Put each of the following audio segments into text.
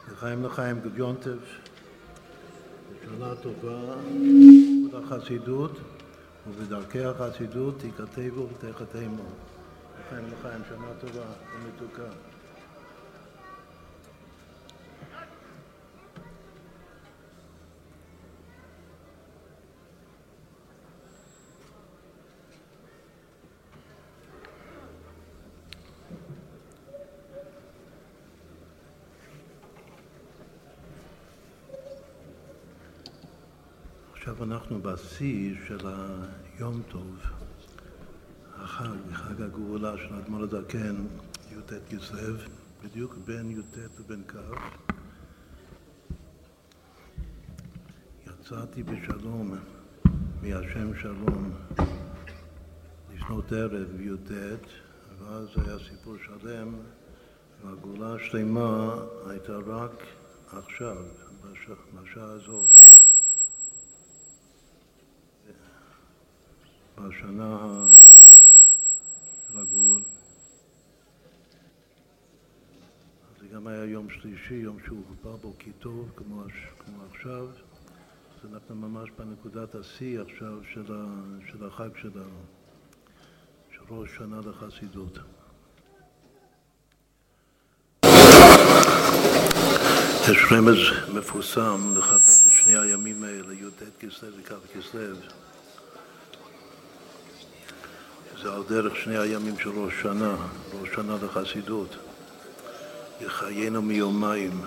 לחיים לחיים, גוד יונטב, שנה טובה בחסידות ובדרכי החסידות תיכתבו ותחתמו. לחיים לחיים, שנה טובה ומתוקה. עכשיו אנחנו בשיא של היום טוב, חג הגאולה של האדמו"ר הזקן, י"ט כסלו, בדיוק בין י"ט לבין כ'. יצאתי בשלום מהשם שלום לפנות ערב י"ט, ואז היה סיפור שלם, והגאולה השלמה הייתה רק עכשיו, בשעה הזאת. בשנה של הגאול. זה גם היה יום שלישי, יום שהוא בא בו כי טוב, כמו עכשיו. אז אנחנו ממש בנקודת השיא עכשיו של החג שלנו, של ראש שנה לחסידות. יש רמז מפורסם לכבד את שני הימים האלה, י"ט כסלו וכ' כסלו. זה על דרך שני הימים של ראש שנה לחסידות. יחיינו מיומיים.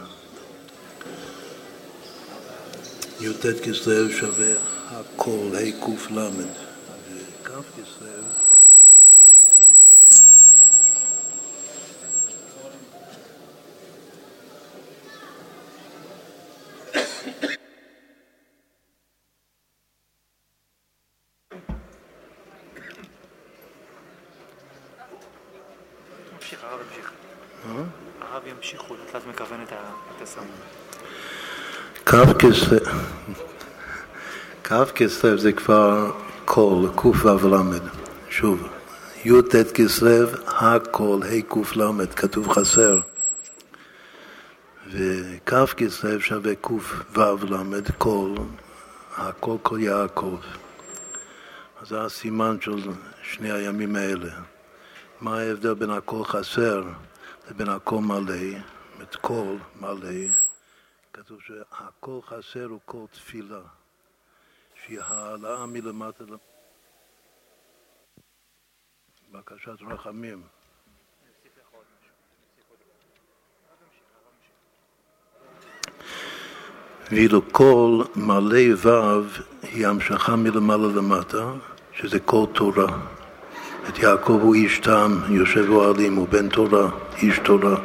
י"ט כסלו שווה הכל, ה' ק' ל', וכ' כסלו הרב ימשיכו, את מכוון את הסם. כ' כסלו זה כבר כל, ק' ו' ל'. שוב, י"ט כסלו, הכל, ה' ק' ל', כתוב חסר. וכ' כסלו שווה ק' ו' ל', כל, הכל כל יעקב. אז זה הסימן של שני הימים האלה. מה ההבדל בין הכל חסר לבין הכל מלא? את כל מלא, כתוב שהכל חסר הוא כל תפילה, שהיא העלאה מלמטה בקשת רחמים. ואילו כל מלא ו' היא המשכה מלמעלה למטה, שזה כל תורה. את יעקב הוא איש טעם, יושב אוהלים, הוא בן תורה, איש תורה.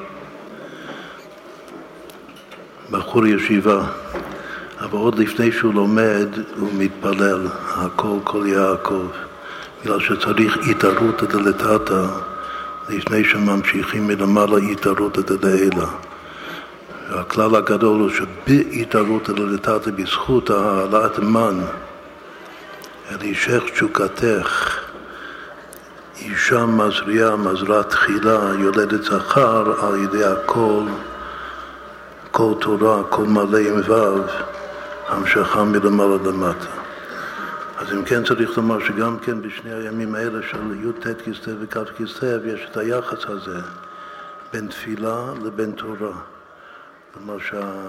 בחור ישיבה, אבל עוד לפני שהוא לומד הוא מתפלל, הכל כל יעקב, בגלל שצריך התערותא דלתתא, לפני שממשיכים מלמעלה התערותא דלעילא. והכלל הגדול הוא שבהתערותא דלתתא, בזכות העלאת מן, אל ישך תשוקתך, אישה מזריעה, מזרה תחילה, יולדת זכר על ידי הכל, כל תורה, כל מלא עם ו', המשכה מלמעלה למטה. אז אם כן צריך לומר שגם כן בשני הימים האלה של י"ט כסלו וכ' כסלו יש את היחס הזה בין תפילה לבין תורה. כלומר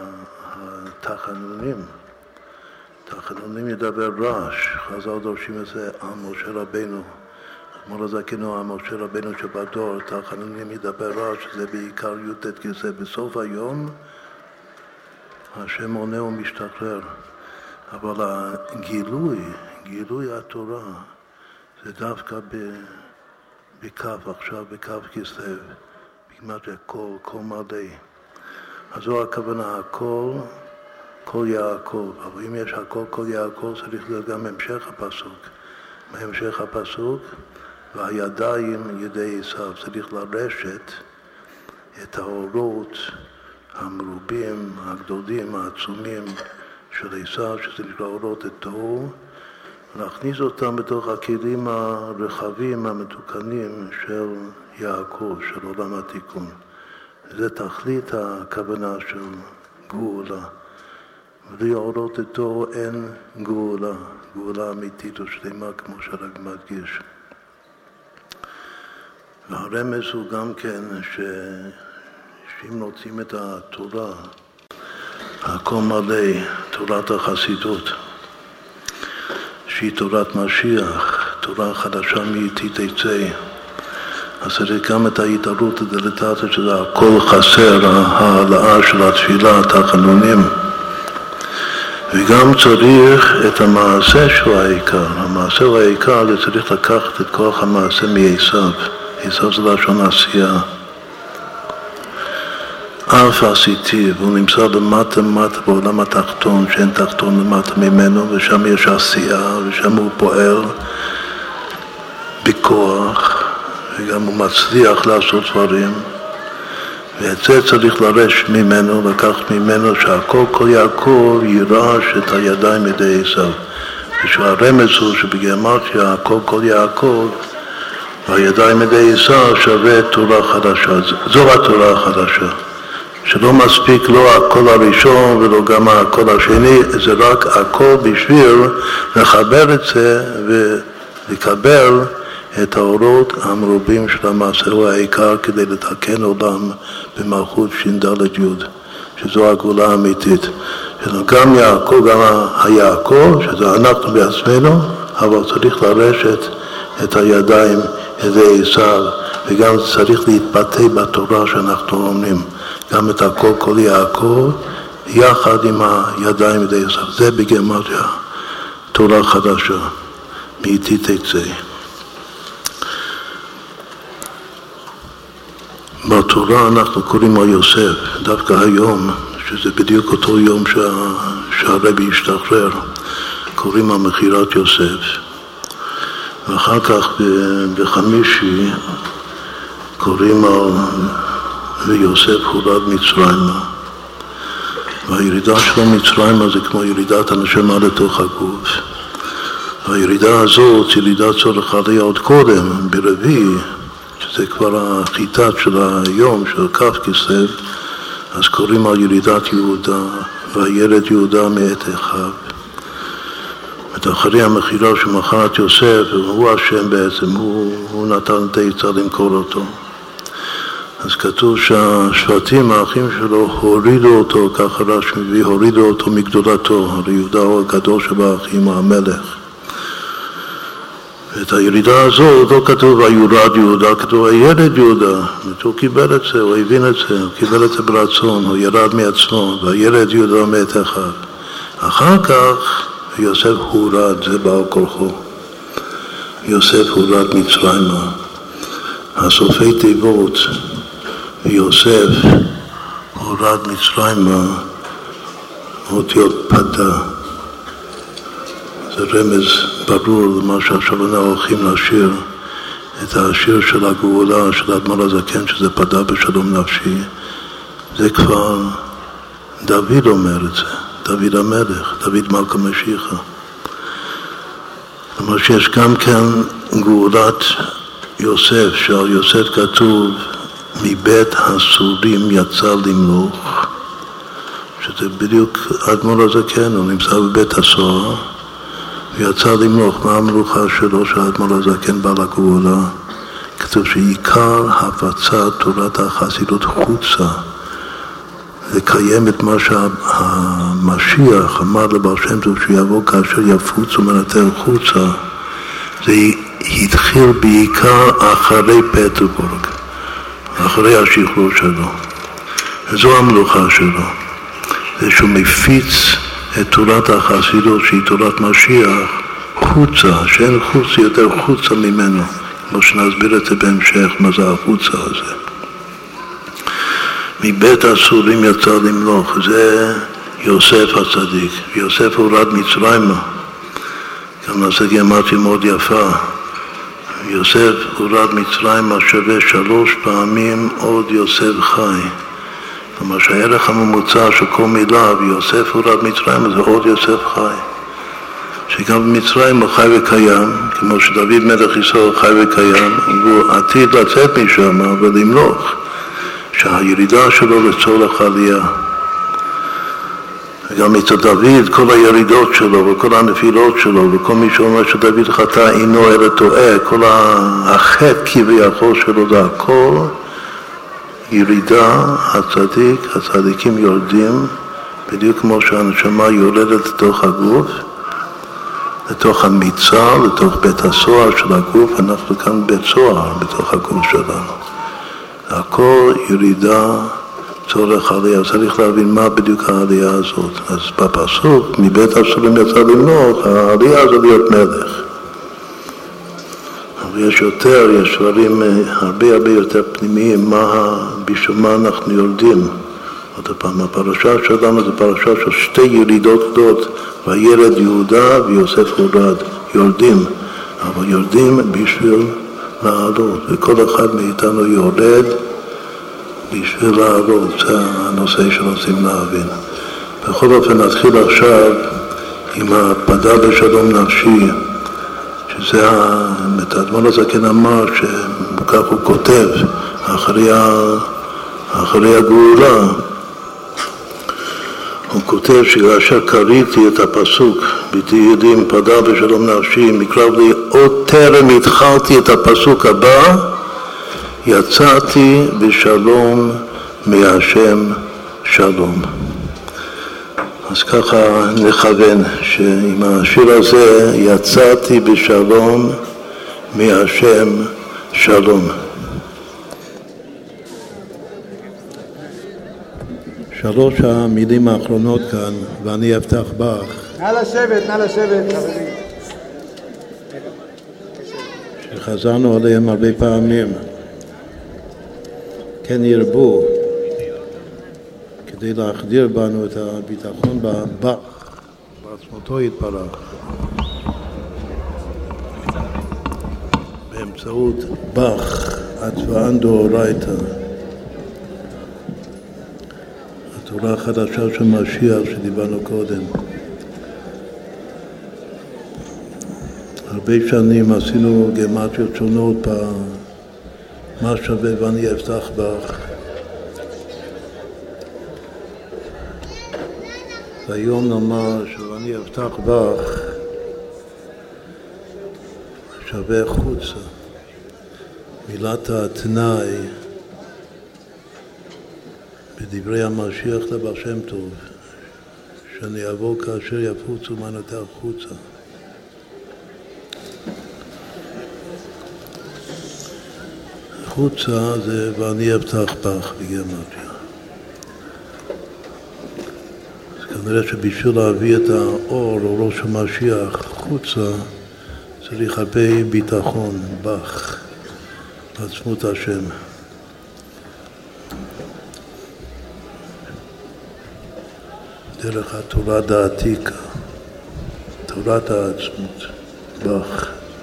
שהתחנונים ידבר רעש, חז"ל דורשים את זה על משה רבנו. אדמו"ר הזקן על משה רבנו שבדור, תחנונים ידבר רעש, שזה בעיקר י"ט כסלו. בסוף היום השם עונה ומשתחרר, אבל גילוי התורה זה דווקא בכף, עכשיו בכף כסלו, כמעט כל מלא. אז זו הכוונה, הכל, כל יעקב. אבל אם יש הכל, כל יעקב, צריך להיות גם המשך הפסוק. מה המשך הפסוק? והידיים ידי עשיו. צריך לרשת את האורות המרובים, הגדולים, העצומים של עשיו, שזה נקרא אורות התוהו, להכניס אותם בתוך הכלים הרחבים, המתוקנים של יעקב, של עולם התיקון. זה תכלית הכוונה של גאולה. בלי אורות איתו אין גאולה, גאולה אמיתית ושלמה כמו שהרב מדגיש. והרמז הוא גם כן שאם נוצאים את התורה, הכל מלא, תורת החסידות, שהיא תורת משיח, תורה חדשה מאיתי תצא, אז צריך גם את ההתערות הדלתתא שזה הכל חסר, העלאה של התפילה, התחנונים, וגם צריך את המעשה שהוא העיקר. המעשה הוא העיקר, זה צריך לקחת את כוח המעשה מעשיו. עשיו זה לשון עשייה. אף עשיתי, והוא נמצא למטה בעולם התחתון, שאין תחתון למטה ממנו, ושם יש עשייה, ושם הוא פועל בכוח, וגם הוא מצליח לעשות דברים, ואת זה צריך לרש ממנו, לקחת ממנו שהכל כל יעקב יירש את הידיים ידי עשיו. ושהרמז הוא שבגימטריה הכל כל יעקב והידיים ידי עשיו שווה תורה חדשה. זו התורה החדשה. שלא מספיק לא הקול הראשון ולא גם הקול השני, זה רק הקול בשביל לחבר את זה ולקבל את האורות המרובים של המעשה הוא העיקר כדי לתקן עולם במלכות ש"ד י', שזו הגאולה האמיתית. גם יעקב, גם היעקב, שזה אנחנו בעצמנו, אבל צריך לרשת את הידיים ידי עשיו, וגם צריך להתבטא בתורה שאנחנו לומדים. גם את הכל כל יעקב יחד עם הידיים ידי עשיו. זה בגימטריה תורה חדשה, מאיתי תצא. בתורה אנחנו קוראים על יוסף, דווקא היום, שזה בדיוק אותו יום שהרבי השתחרר, קוראים על מכירת יוסף. ואחר כך בחמישי קוראים על ויוסף הורד מצרימה. והירידה שלו מצרימה זה כמו ירידת הנשמה לתוך הגוף. והירידה הזאת, ירידה צורך עליה עוד קודם, ברביעי, שזה כבר החיטת של היום, של כף כסלו, אז קוראים על ירידת יהודה, והילד יהודה מאת אחיו. אחרי המכירה שמכר את יוסף, הוא השם בעצם, הוא נתן את העצה למכור אותו. אז כתוב שהשבטים, האחים שלו, הורידו אותו, ככה רש"י מביא, הורידו אותו מגדולתו, הרי יהודה הוא הגדול שבאחים, המלך. ואת הירידה הזאת לא כתוב היורד יהודה, כתוב הילד יהודה. הוא קיבל את זה, הוא הבין את זה, הוא קיבל את זה ברצון, הוא ירד מעצמו, והילד יהודה מת אחד. אחר כך יוסף הורד, זה בעל כורחו. יוסף הורד מצרימה. הסופי תיבות, יוסף הורד מצרימה, אותיות פדה. זה רמז ברור למה שעכשיו אנחנו הולכים לשיר, את השיר של הגאולה של האדמו"ר הזקן, שזה פדה בשלום נפשי. זה כבר דוד אומר את זה, דוד המלך, דוד מלכה משיחה. כלומר שיש גם כן גאולת יוסף, שעל יוסף כתוב מבית הסורים יצא למלוך, שזה בדיוק האדמו"ר הזקן, הוא נמצא בבית הסוהר, ויצא למלוך. מה המלוכה שלו שהאדמו"ר הזקן בא לגאולה? כתוב שעיקר הפצת תורת החסידות חוצה, לקיים את מה שהמשיח אמר לבעל שם טוב שיבוא כאשר יפוץ ומנתר חוצה. זה התחיל בעיקר אחרי פטרבורג, אחרי השחרור שלו. וזו המלוכה שלו, זה שהוא מפיץ את תורת החסידות שהיא תורת משיח חוצה, שאין חוץ יותר חוצה ממנו, כמו שנסביר את זה בהמשך מה זה החוצה הזה. מבית הסורים יצא למלוך, זה יוסף הצדיק. יוסף הורד מצרימה, גם נעשה גימטריה מאוד יפה. יוסף הורד מצרימה שווה 3 פעמים עוד יוסף חי. כלומר שהערך הממוצע של כל מילה ויוסף הורד מצרימה זה עוד יוסף חי. שגם במצרים הוא חי וקיים, כמו שדוד מלך ישראל חי וקיים, והוא עתיד לצאת משם ולמלוך, שהירידה שלו לצורך עלייה. וגם אצל דוד, כל הירידות שלו וכל הנפילות שלו, וכל מי שאומר שדוד חטא אינו אלא טועה, כל החטא כביכול שלו זה הכל ירידה. הצדיקים יורדים, בדיוק כמו שהנשמה יורדת לתוך הגוף, לתוך המיצה, לתוך בית הסוהר של הגוף. אנחנו כאן בית סוהר בתוך הגוף שלנו. הכל ירידה, צורך עלייה. צריך להבין מה בדיוק העלייה הזאת. אז בפסוק, מבית הסוהרים יצא למלוך, העלייה זה להיות מלך. אבל יש דברים הרבה יותר פנימיים, בשביל מה אנחנו יורדים. עוד פעם, הפרשה שלנו זה פרשה של שתי ירידות גדולות, וילד יהודה ויוסף הורד, יורדים, אבל יורדים בשביל לעלות, וכל אחד מאיתנו יורד בשביל לעלות. זה הנושא שרוצים להבין. בכל אופן נתחיל עכשיו עם הפדה בשלום נפשי, שזה האדמו"ר הזקן אמר, שכך הוא כותב אחרי הגאולה. הוא כותב שכאשר קראתי את הפסוק בתהילים פדה בשלום נפשי מקרב לי, עוד טרם התחלתי את הפסוק הבא, יצאתי בשלום מהשם שלום. אז ככה נכוון שעם השיר הזה יצאתי בשלום מהשם שלום. שלוש המילים האחרונות כאן, ואני אפתח בך. נא לשבת, חברים. שחזרנו עליהם הרבה פעמים. כן ירבו, כדי להחדיר בנו את הביטחון בבך, בעצמותו יתברך. באמצעות בך, הצבען דאורייתא. התורה החדשה של משיח שדיברנו קודם. הרבה שנים עשינו גמטריות שונות מה שווה ואני אפתח בך. והיום נאמר שאני אפתח בך שווה חוצה. מילת התנאי בדברי המשיח לבעל שם טוב, שאני אבוא כאשר יפוצו מנותיו חוצה. חוצה זה ואני אבטח בך בגימטריה. אז כנראה שבשביל להביא את האור או ראש המשיח חוצה צריך הרבה ביטחון בך, בעצמות השם. דרך התורה דעתיקה, תורת העצמות, בך.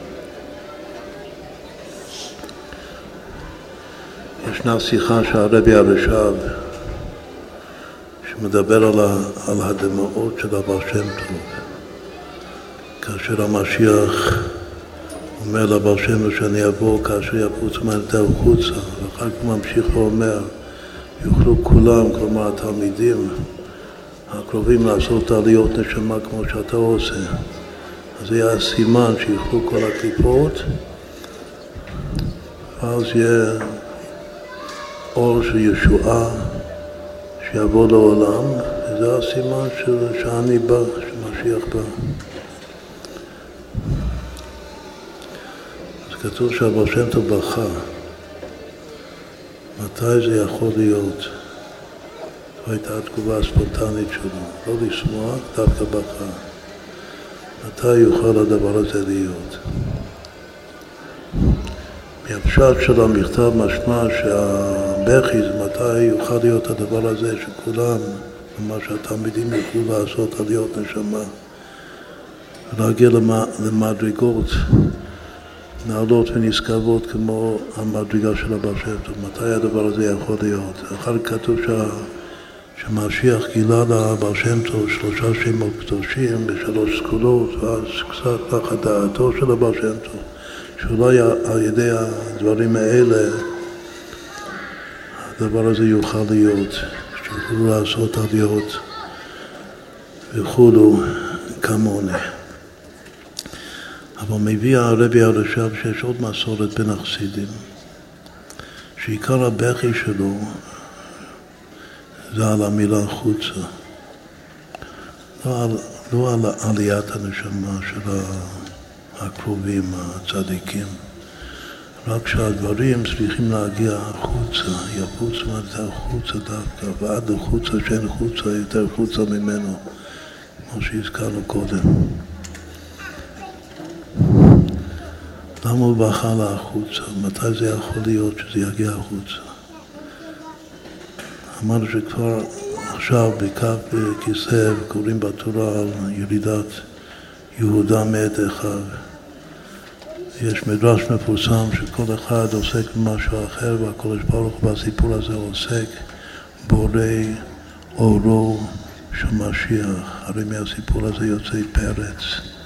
ישנה שיחה שהרבי הרש"ב, שמדבר על הדמעות של הבעל שם טוב, כאשר המשיח אומר לבעל שם טוב שאני אבוא כאשר יפוץ מנותיו חוצה, ואחר כך ממשיך ואומר, יוכלו כולם, כלומר התלמידים, הקרובים לעשות עליות נשמה כמו שאתה עושה. אז זה יהיה הסימן שיוכלו כל הקליפות, ואז יהיה אור של ישועה שיבוא לעולם, וזה הסימן שאני בא, שמשיח בא. אז כתוב שהבעל שם טוב בכה. מתי זה יכול להיות? זו הייתה התגובה הספונטנית שלו, לא לשמוע, דווקא בכה. מתי יוכל הדבר הזה להיות? מהפשט של המכתב משמע שהבכי זה מתי יוכל להיות הדבר הזה שכולם, ממש התלמידים יוכלו לעשות עליות נשמה ולהגיע למדרגות נעלות ונשגבות כמו המדרגה של הבעל שם טוב. מתי הדבר הזה יכול להיות? אחר כתוב שמשיח גילה לבעל שם טוב 3 שמות קדושים ב3 סגולות, ואז קצת תחת דעתו של הבעל שם טוב, שאולי על ידי הדברים האלה הדבר הזה יוכל להיות, שיוכלו לעשות עליות וכולו כמוני. אבל מביא הרבי הרש"ב שיש עוד מסורת בין החסידים, שעיקר הבכי שלו זה על המילה חוצה, לא על עליית הנשמה של הקרובים, הצדיקים, רק שהדברים צריכים להגיע החוצה, יפוצו את החוצה דווקא, ועד החוצה שאין חוצה, יותר חוצה ממנו, כמו שהזכרנו קודם. למה הוא בחר לחוצה? מתי זה יכול להיות שזה יגיע החוצה? אמרנו שכבר עכשיו בכף כיסא קוראים בתורה על ירידת יהודה מאת אחיו. יש מדרש מפורסם שכל אחד עוסק במשהו אחר, והקדוש ברוך הוא בסיפור הזה עוסק בורא אורו של משיח. הרי מהסיפור הזה יוצא פרץ,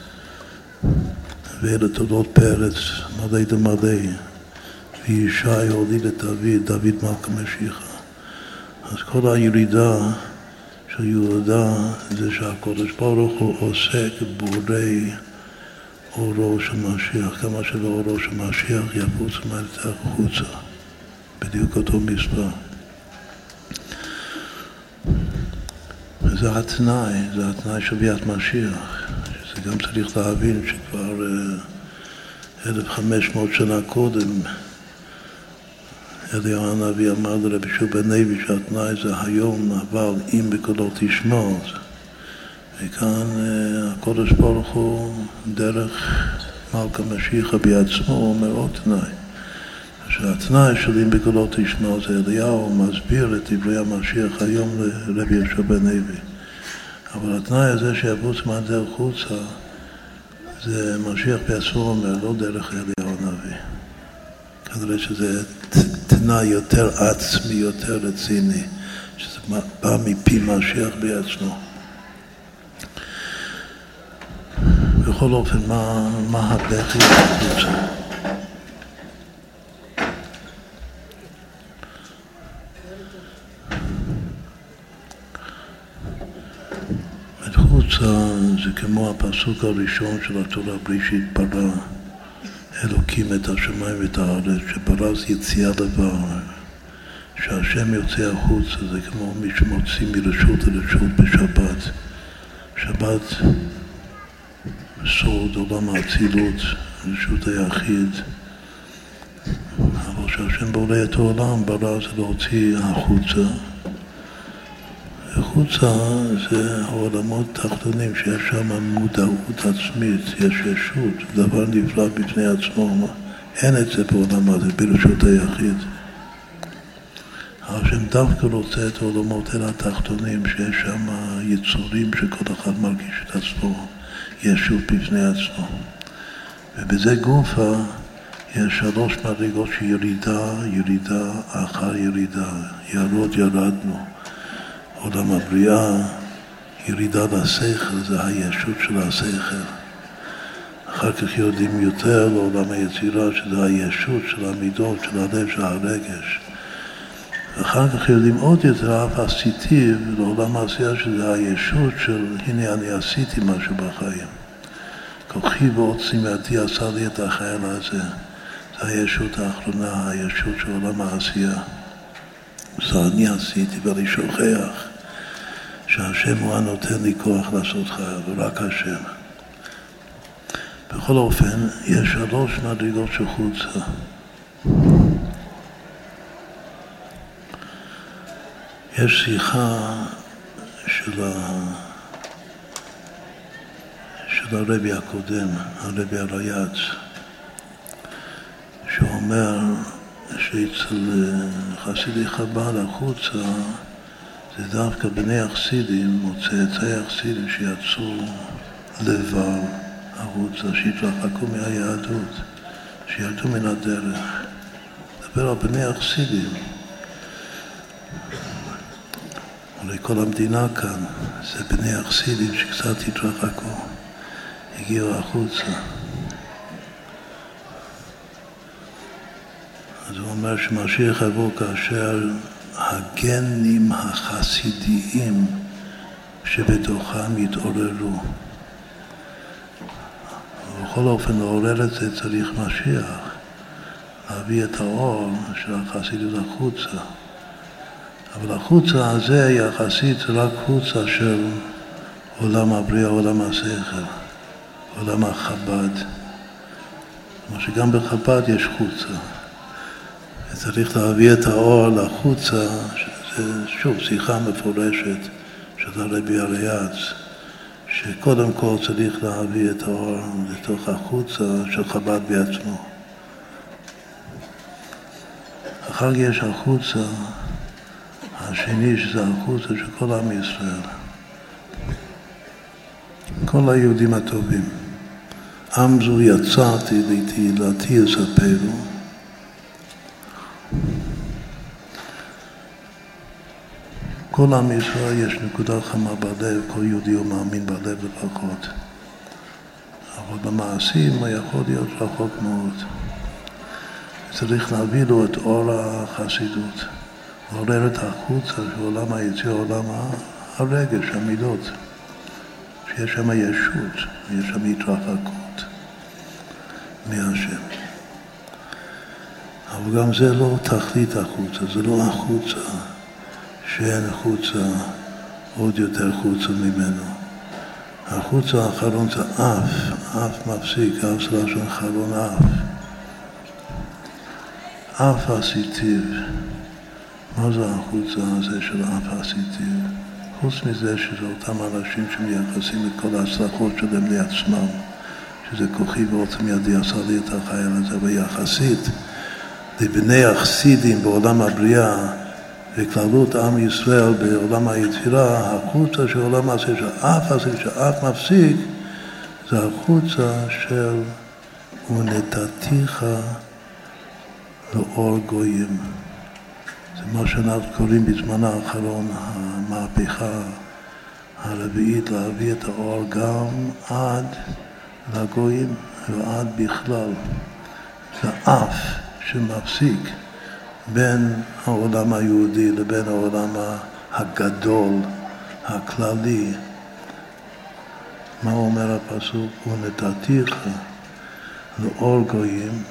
ואלה תולדות פרץ, מלא דמלא, וישי הוליד את דוד מלכה משיחה. אז כל הירידה של יהודה זה שהקדוש ברוך הוא עוסק בורא אורו של משיח, כמה שלאורו של משיח יפוץ מהלתך חוצה, בדיוק אותו מספר. וזה התנאי, זה התנאי של ביאת משיח, שזה גם צריך להבין שכבר 1500 שנה קודם אליהו הנביא אמר לרבי יהושע בן לוי שהתנאי זה היום, אבל אם בקולו תשמע. וכאן הקדוש ברוך הוא דרך מלכה משיחה בעצמו אומר עוד תנאי. שהתנאי של אם בקולו תשמע זה אליהו מסביר את דברי המשיח היום לרבי יהושע בן לוי. אבל התנאי הזה שיבוץ מהדרך חוצה זה משיח בעצמו אומר, לא דרך אליהו הנביא. כנראה שזה תנאי יותר עצמי, יותר רציני, שזה בא מפי משיח בעצמו. בכל אופן, מה הבכי בחוצה? חוצה זה כמו הפסוק הראשון של התורה, בראשית ברא אלוקים את השמיים ואת הארץ, שברא יציאה דבר. שהשם יוצא החוצה זה כמו מי שמוציא מרשות לרשות בשבת. שבת סוד עולם האצילות, רשות היחיד. אבל שהשם בורא את העולם, ברא זה להוציא החוצה. החוצה זה העולמות תחתונים שיש שם מודעות עצמית, יש ישות, דבר נפלא בפני עצמו. אין את זה בעולם הזה, ברשות היחיד. השם דווקא רוצה את העולמות אלה התחתונים, שיש שם יצורים שכל אחד מרגיש את עצמו, ישות בפני עצמו. ובזה גופה יש 3 מדרגות של ירידה, ירידה אחר ירידה. ירדנו. עולם הבריאה, ירידה לשכל, זה הישות של השכל. אחר כך יודעים יותר לעולם היצירה, שזה הישות של המידות, של הלב, של הרגש. אחר כך יודעים עוד יותר, אף עשיתי, לעולם העשייה, שזה הישות של, הנה אני עשיתי משהו בחיים. כוחי ועוצם ידי עשה לי את החייל הזה. זה הישות האחרונה, הישות של עולם העשייה. זה אני עשיתי ואני שוכח שהשם הוא הנותן לי כוח לעשות חייו, ורק השם. בכל אופן, יש 3 מדרגות של חוצה. יש שיחה של הרבי הקודם, הרבי הרייץ, שאומר שאצל חסידי חב"ד החוצה זה דווקא בני החסידים או צאצאי החסידים שיצאו לבד החוצה, שהתרחקו מהיהדות, שירדו מן הדרך. דבר על בני החסידים. אולי כל המדינה כאן זה בני החסידים שקצת התרחקו, הגיעו החוצה. אז הוא אומר שמשיח יבוא כאשר הגנים החסידיים שבתוכם יתעוררו. בכל אופן, לעורר את זה צריך משיח, להביא את האור של החסידות החוצה. אבל החוצה הזה יחסית זה רק חוצה של עולם הבריאה, עולם השכל, עולם החב"ד. כמו שגם בחב"ד יש חוצה. וצריך להביא את האור לחוצה, שזה שוב שיחה מפורשת של הרבי אריאץ, שקודם כל צריך להביא את האור לתוך החוצה של חב"ד בעצמו. אחר כך יש החוצה השני, שזה החוצה של כל עם ישראל. כל היהודים הטובים. עם זו יצאתי לתהילתי אספרו. כל עם ישראל יש נקודה חמה בלב, כל יהודי הוא מאמין בלב לפחות. אבל במעשים הוא יכול להיות רחוק מאוד. צריך להביא לו את אור החסידות, לעורר את החוצה של עולם היציאה, עולם הרגש, המידות, שיש שם ישות, יש שם התרחקות מהשם. אבל גם זה לא תכלית החוצה, זה לא החוצה, שאין חוצה עוד יותר חוצה ממנו. החוצה האחרון זה אף מפסיק, אף זה לשון חלון אף. אף הסיטיב. מה זה החוצה הזה של אף הסיטיב? חוץ מזה שזה אותם אנשים שמייחסים את כל ההצלחות שלהם לעצמם, שזה כוחי ועוצם ידי עשה לי את החייל הזה, ויחסית לבני החסידים בעולם הבריאה וכללות עם ישראל בעולם היצירה, החוצה של עולם הזה שאף מפסיק, זה החוצה של ונתתיך לאור גויים. זה מה שאנחנו קוראים בזמן האחרון, המהפכה הרביעית, להביא את האור גם עד לגויים ועד בכלל. זה אף שמפסיק בין העולם היהודי לבין העולם הגדול, הכללי. מה אומר הפסוק? ונתתיך לאור גויים,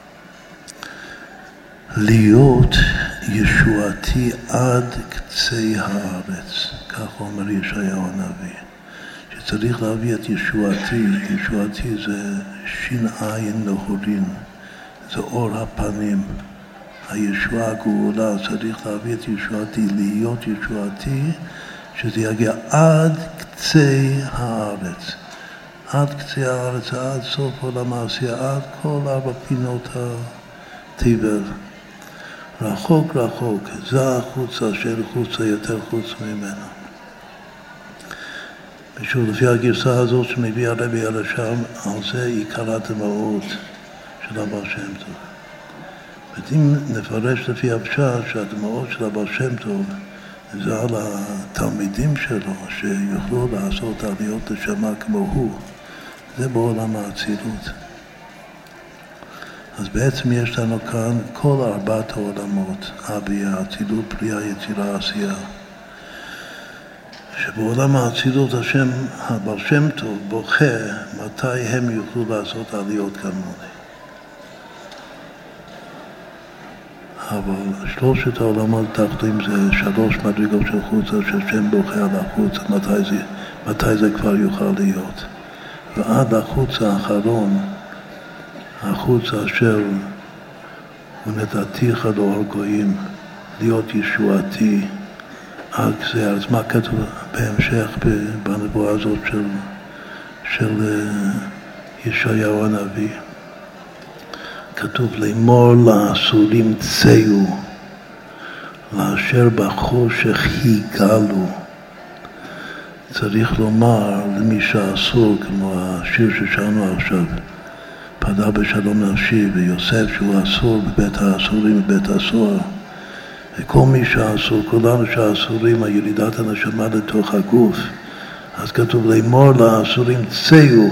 להיות ישועתי עד קצה הארץ. כך אומר ישעיהו הנביא. שצריך להביא את ישועתי. ישועתי זה שין עין נהורין. זה אור הפנים. הישועה הגאולה, צריך להביא את ישועתי, להיות ישועתי, שזה יגיע עד קצה הארץ. עד קצה הארץ, עד סוף עולם העשייה, עד כל ארבע פינות התבל. רחוק רחוק, זה החוצה של חוצה יותר חוץ ממנו. ושוב, לפי הגרסה הזאת שמביא הרבי על השם, על זה עיקר הדמעות של הבעל שם טוב. ואם נפרש לפי הפשט שהדמעות של הבעל שם טוב זה על התלמידים שלו שיוכלו לעשות עליות לשמה כמו הוא, זה בעולם האצילות. אז בעצם יש לנו כאן כל ארבעת העולמות, הביאה, האצילות, בריאה, יצירה, עשייה. שבעולם האצילות השם, הבעל שם טוב בוכה מתי הם יוכלו לעשות עליות כמוני. אבל שלושת העולמות תחתים זה שלוש מדרגות של חוצה, שהשם בוכה על החוצה, מתי זה כבר יוכל להיות. ועד החוצה האחרון, החוצה של ונתתיך לאור גויים, להיות ישועתי עד קצה הארץ. מה כתוב בהמשך בנבואה הזאת של ישעיהו הנביא? כתוב לאמור לאסורים צאו, לאשר בחושך היגלו. צריך לומר למי שאסור, כמו השיר ששרנו עכשיו, פדה בשלום נפשי, ויוסף שהוא אסור בבית האסורים, בבית הסוהר. וכל מי שאסור, כולנו שאסורים, הירידת הנשמה לתוך הגוף. אז כתוב לאמור לאסורים צאו,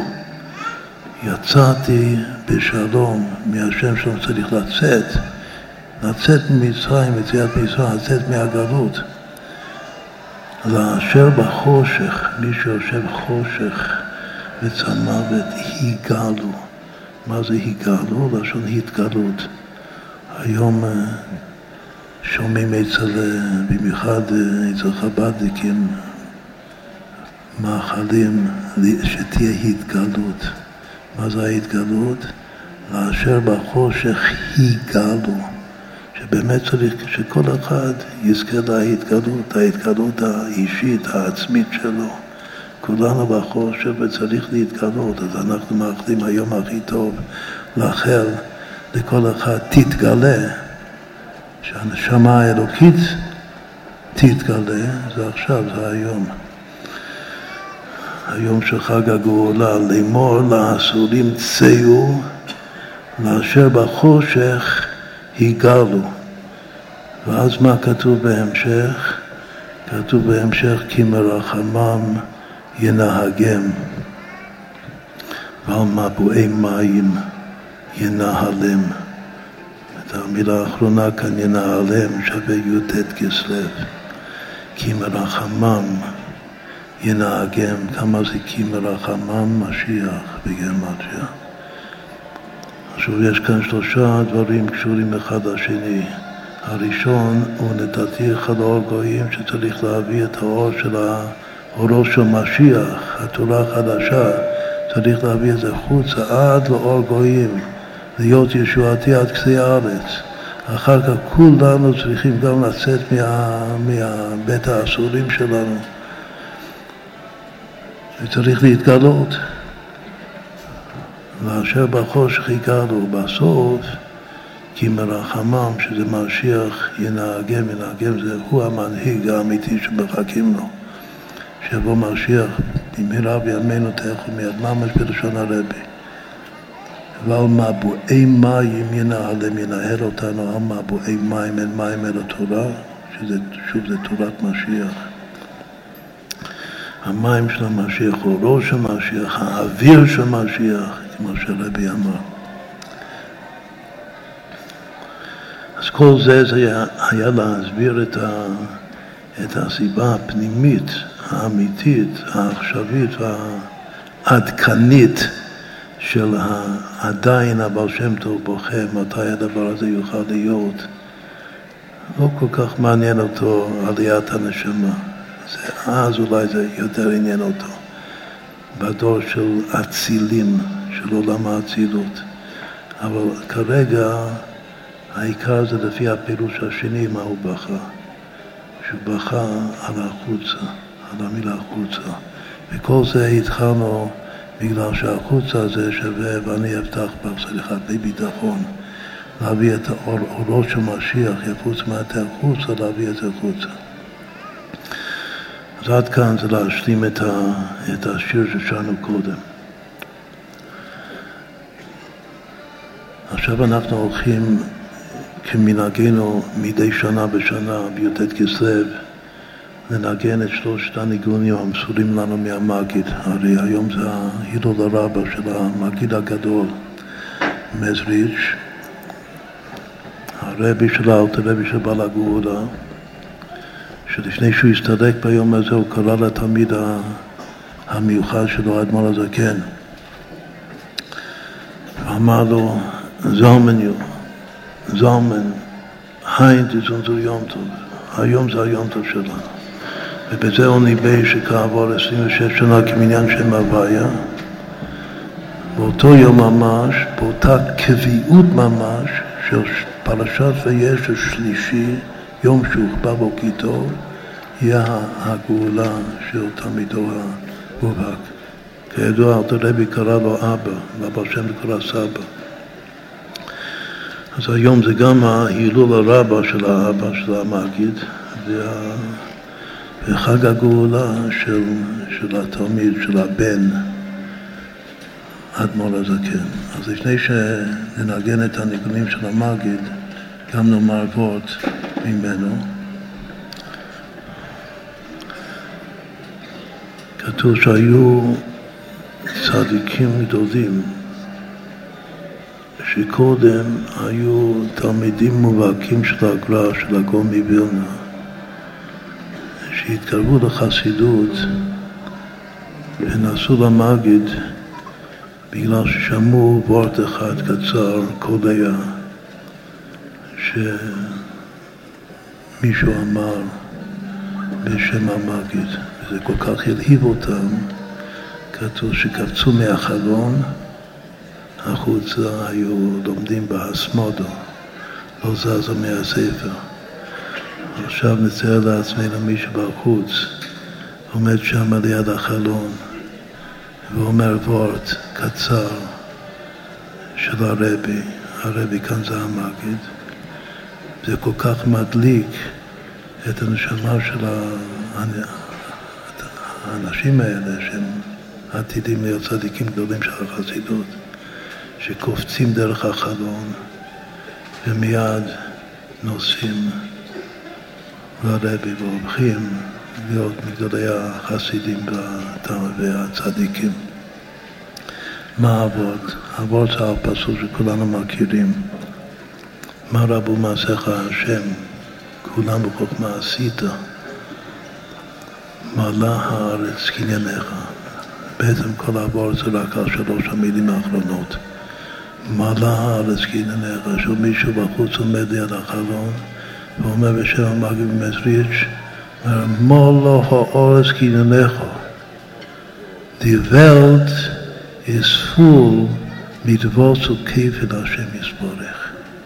יצאתי בשלום מהשם שלנו. צריך לצאת ממצרים, יציאת מצרים, לצאת מהגלות. לאשר בחושך, מי שיושב חושך וצמוות, היגלו. מה זה היגלו? לשון התגלות. היום שומעים במיוחד אצל חב"דניקים, מאחלים שתהיה התגלות. מה זה ההתגלות? לאשר בחושך היגלו. שבאמת צריך שכל אחד יזכה ההתגלות האישית, העצמית שלו. כולנו בחושך וצריך להתגלות. אז אנחנו מאחלים היום הכי טוב לאחל לכל אחד תתגלה. שהנשמה האלוקית תתגלה, זה עכשיו, זה היום. היום של חג הגאולה, לאמור לאסורים צאו, לאשר בחושך היגלו. ואז מה כתוב בהמשך? כתוב בהמשך כי מרחמם ינהגם ועל מבועי מים ינהלם. את המילה האחרונה כאן ינהלם שווה י"ט כסלו. כי מרחמם ינהגם. כמה זה כי מרחמם? משיח בגימטריה. עכשיו יש כאן שלושה דברים קשורים אחד לשני. הראשון הוא נתתיך לאור גויים, שצריך להביא את האור אורו של משיח, התורה החדשה, צריך להביא את זה חוצה עד לאור גויים, להיות ישועתי עד קצה הארץ. אחר כך כולנו צריכים גם לצאת מבית האסורים שלנו, וצריך להתגלות. לאשר בחושך היגלו. בסוף כי מרחמם, שזה משיח, ינהגם הוא המנהיג האמיתי שמחכים לו. שיבוא משיח במהרה בימינו תכף מיד, ממש בלשון הרבי. ועל מבועי מים ינהלם, ינהל אותנו על מבועי מים, אין מים אל התורה, שוב זה תורת משיח. המים של המשיח, אורו של משיח, האוויר של משיח, כמו שהרבי אמר. אז כל זה היה להסביר את הסיבה הפנימית, האמיתית, העכשווית והעדכנית של עדיין הבעל שם טוב בוכה, מתי הדבר הזה יוכל להיות. לא כל כך מעניין אותו עליית הנשמה. אז אולי זה יותר עניין אותו. בדור של אצילים, של עולם האצילות. אבל כרגע העיקר זה לפי הפירוש השני מה הוא בכה. שהוא בכה על החוצה, על המילה חוצה. וכל זה התחלנו בגלל שהחוצה זה שווה ואני אבטח בך, סליחה, בביטחון. להביא את האורות של משיח, יפוץ מהתר חוצה, להביא את זה חוצה. אז עד כאן זה להשלים את השיר ששרנו קודם. עכשיו אנחנו הולכים כמנהגנו מדי שנה בשנה בי"ט כסלו לנגן את שלושת הניגונים המסורים לנו מהמגיד. הרי היום זה ההילול הרבה של המגיד הגדול, מזריץ', הרבי של האלטר רבי של בעל הגאולה, שלפני שהוא הסתלק ביום הזה הוא קרא לתלמיד המיוחד שלו, האדמו"ר הזקן, ואמר לו, זלמן, היינט ist unser יום טוב, היום זה היום טוב שלנו. ובזה הוא ניבא שכעבור 26 שנה כמניין שם הוויה, באותו יום ממש, באותה קביעות ממש של פרשת ויש השלישי, יום שהוחבא בו כי טוב, יהיה הגאולה של תלמידו המובהק. כידוע, הרבי קרא לו אבא, והבעל שם קרא סבא. אז היום זה גם ההילול הרבה של האבא, של המגיד, וחג הגאולה של התלמיד, של הבן, האדמו"ר הזקן. אז לפני שננגן את הניגונים של המגיד, גם נאמר וורט ממנו. כתוב שהיו צדיקים גדולים שקודם היו תלמידים מובהקים של הגר"א, של הגאון מווילנה, שהתקרבו לחסידות ונסעו למגיד בגלל ששמעו וורט אחד קצר, קולע, שמישהו אמר בשם המגיד, וזה כל כך הלהיב אותם, כתוב שקפצו מהחלון החוצה, היו לומדים בהסמודו, לא זזו מהספר. עכשיו נצייר לעצמנו מישהו בחוץ, עומד שם ליד החלון ואומר וורט קצר של הרבי כאן זה המגיד. זה כל כך מדליק את הנשמה של האנשים האלה שהם עתידים להיות צדיקים גדולים של החסידות, שקופצים דרך החלון ומיד נוסעים לרבי והולכים להיות מגדולי החסידים והצדיקים. מה העבוד? העבוד זה הפסוק שכולנו מכירים. מה רבו מעשיך השם, כולם בחוכמה עשית, מלא הארץ קנייניך. בעצם כל העבוד זה רק על 3 המילים האחרונות. מלא הארץ קנייניך, שמישהו בחוץ עומד ליד החלון, ואומר בשם המגיד במזריץ', מלא הארץ קנייניך. The world is full mit was zu käfen Hashem Yisborech.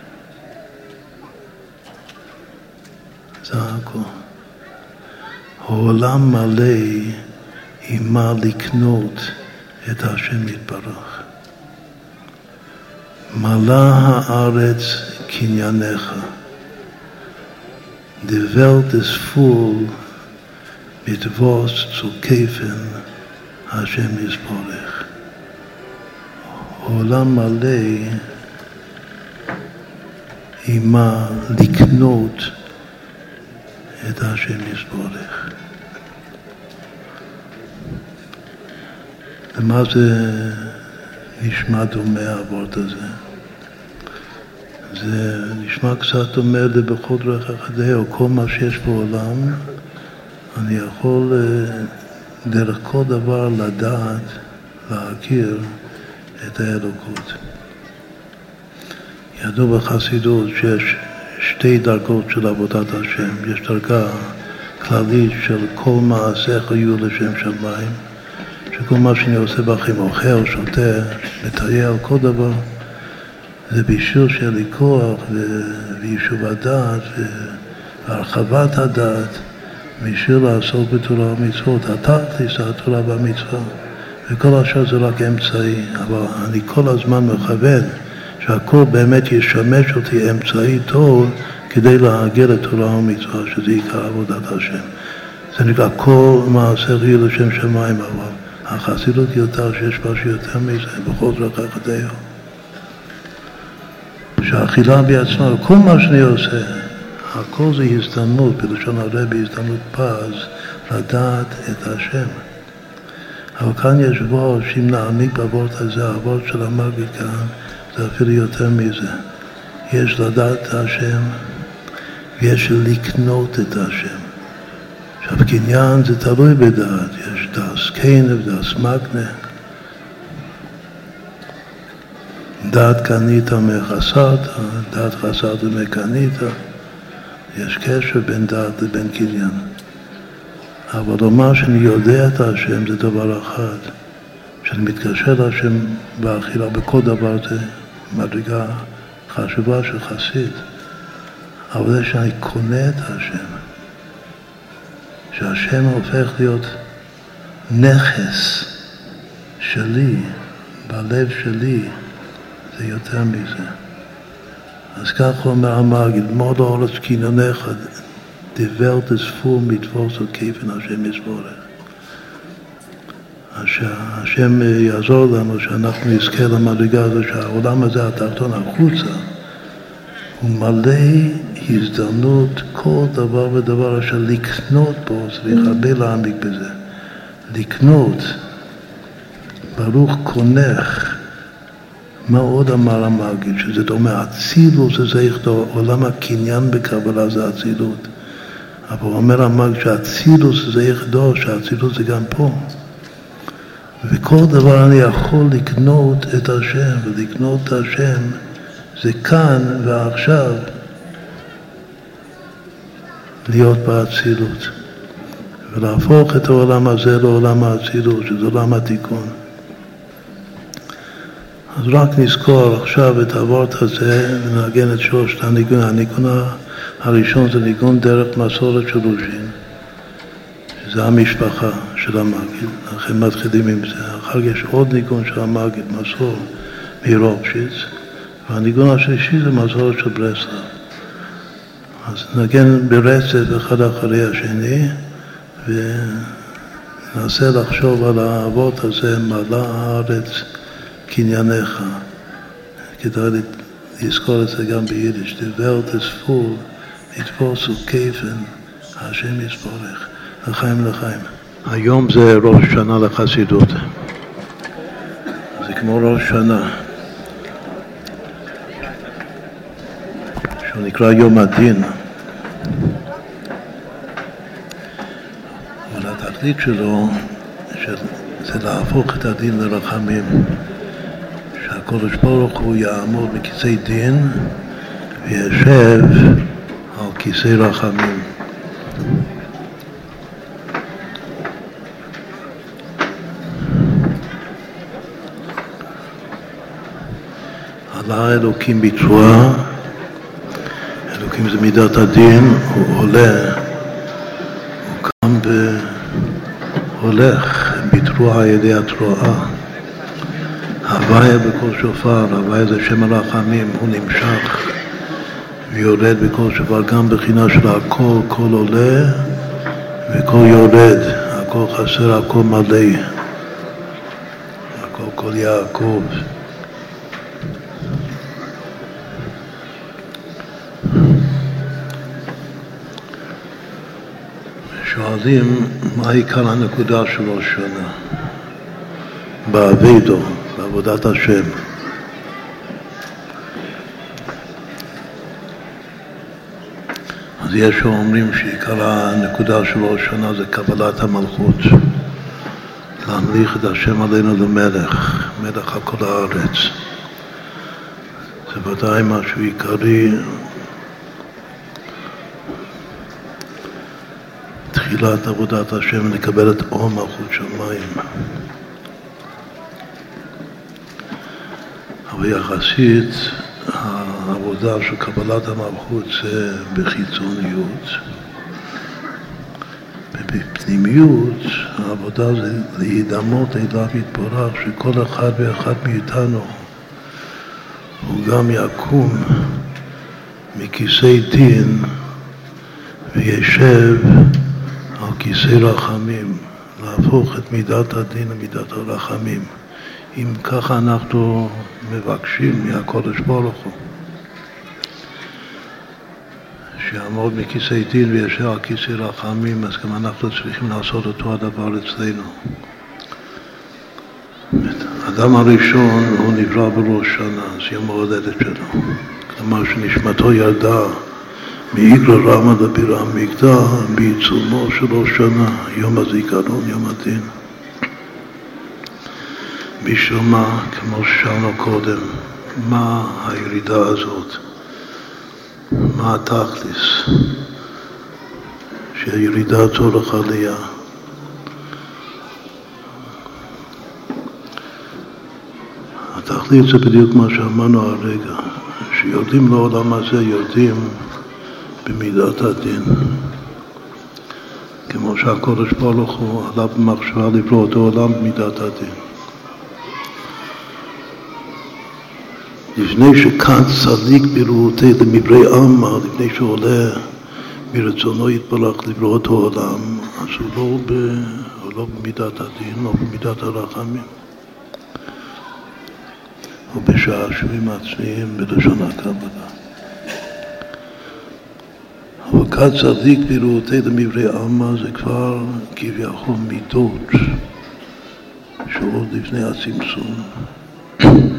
זה הכל. העולם מלא עם מה לקנות את השם יתברך. מלא הארץ קנייניך. The world is full mit was zu käfen Hashem Yisborech. העולם מלא עם מה לקנות את השם יסבורך. למה זה נשמע דומה העבוד הזה? זה נשמע קצת דומה לבכל דרך אחת, או כל מה שיש בעולם, אני יכול דרך כל דבר לדעת, להכיר את האלוקות. ידעו בחסידות שיש 2 דרגות של עבודת השם. יש דרגה כללית של כל מעשיך יהיו לשם שמיים, שכל מה שאני עושה בחיים, אוכל, שותה, מטייל, כל דבר, זה בשביל שיהיה לי כוח ויישוב הדעת והרחבת הדעת, בשביל לעשות בתורה ומצוות. התכלית זה התורה והמצווה, וכל השאר זה רק אמצעי, אבל אני כל הזמן מכוון שהכל באמת ישמש אותי אמצעי טוב כדי להגיע לתורה ומצווה, שזה עיקר עבודת השם. זה נקרא כל מעשה יהיה לשם שמיים, אבל החסידות יותר שיש בה שיותר מזה, בכל דרך אחדיה. שהאכילה בעצמה, כל מה שאני עושה, הכל זה הזדמנות, בלשון הרבי הזדמנות פז, לדעת את השם. אבל כאן יש וורט, שאם נעמיק בוורט הזה, הוורט של המגיד כאן, זה אפילו יותר מזה. יש לדעת את השם, ויש לקנות את השם. עכשיו, קניין זה תלוי בדעת. יש דס קיינה ודס מגנה. דעת קנית מחסרת, דעת חסרת מקנית. יש קשר בין דעת לבין קניין. אבל לומר שאני יודע את השם זה דבר אחד. שאני מתקשר להשם באכילה בכל דבר זה מדרגה חשובה של חסיד. אבל זה שאני קונה את השם. שהשם הופך להיות נכס שלי, בלב שלי, זה יותר מזה. אז כך אומר המגיד, מוד הארץ קנייניך, the world is full מתבוס על כיפן השם יסבורך. שהשם יעזור לנו שאנחנו נזכה למדרגה הזו, שהעולם הזה התחתון החוצה הוא מלא הזדמנות כל דבר ודבר אשר לקנות בו, צריך הרבה להעמיק בזה. לקנות, ברוך קונך. מה עוד אמר המגיד? שזה דומה, אצילוס זה עולם הקניין בקבלה זה אצילות. אבל אומר המג שהאצילוס זה יחדו, שהאצילוס זה גם פה. וכל דבר אני יכול לקנות את השם, ולקנות את השם זה כאן ועכשיו להיות באצילות. ולהפוך את העולם הזה לעולם האצילות, שזה עולם התיקון. אז רק נזכור עכשיו את העברת הזה ונגן את שלושת הניגון. הניגון הראשון זה ניגון דרך מסורת של לוז'ין, שזה המשפחה של המגיד, לכן מתחילים עם זה. אחר כך יש עוד ניגון של המגיד, מסור מרוקשיץ, והניגון השלישי זה מסורת של ברסלב. אז נגן ברצף אחד אחרי השני, וננסה לחשוב על האבות הזה, מלא הארץ קנייניך. כדאי לזכור את זה גם ביידיש. Die Welt ist voll mit Wurzel Käfen, השם יסבורך. לחיים לחיים. היום זה ראש שנה לחסידות. זה כמו ראש שנה. שהוא נקרא יום הדין. אבל התכלית שלו זה להפוך את הדין לרחמים. שהקדוש ברוך הוא יעמוד בכיסא דין וישב על כיסא רחמים. עלה אלוקים בתרועה, אלוקים זה מידת הדין, הוא עולה, הוא קם והולך בתרועה על ידי התרועה. הוויה בכל שופר, הוויה זה שם הרחמים, הוא נמשך ויורד בכל שופר, גם בחינה של הכל, כל עולה וכל יורד, הכל חסר, הכל מלא, הכל כל יעקב. שואלים מה עיקר הנקודה של ראש שנה בעבודתו, בעבודת השם. אז יש שאומרים שעיקר הנקודה של ראש שנה זה קבלת המלכות, להמליך את השם עלינו למלך, מלך על כל הארץ. זה ודאי משהו עיקרי, תחילת עבודת השם, לקבל את אור מלכות שמיים. אבל יחסית העבודה של קבלת המלכות זה בחיצוניות. ובפנימיות העבודה זה להידמות אליו יתברך, שכל אחד ואחד מאיתנו הוא גם יקום מכיסא דין וישב על כיסא רחמים, להפוך את מידת הדין למידת הרחמים. אם ככה אנחנו מבקשים מהקדוש ברוך הוא שיעמוד מכיסא דין וישב על כיסא רחמים, אז גם אנחנו צריכים לעשות אותו הדבר אצלנו. האדם הראשון הוא נברא בראש שנה, זה יום ההולדת שלו, כלומר שנשמתו ירדה מאיגרא רמא לבירא עמיקתא בעיצומו של ראש שנה, יום הזיכרון, יום הדין. בשביל מה, כמו ששאלנו קודם, מה הירידה הזאת? מה התכלס? שהירידה צורך עלייה. התכלית זה בדיוק מה שאמרנו הרגע, שיורדים לעולם הזה, יורדים במידת הדין. כמו שהקדוש ברוך הוא עלה במחשבה לברוא את העולם במידת הדין. לפני שכאן צדיק ברעותי למברי עלמא, לפני שהוא עולה מרצונו יתברך לברוא את העולם, אז הוא לא במידת הדין, לא במידת הרחמים. הוא בשעשועים עצמיים בלשון הקבלה. אבל כאן צדיק ברעותי למברי עלמא זה כבר כביכול מידות שעוד לפני הצמצום.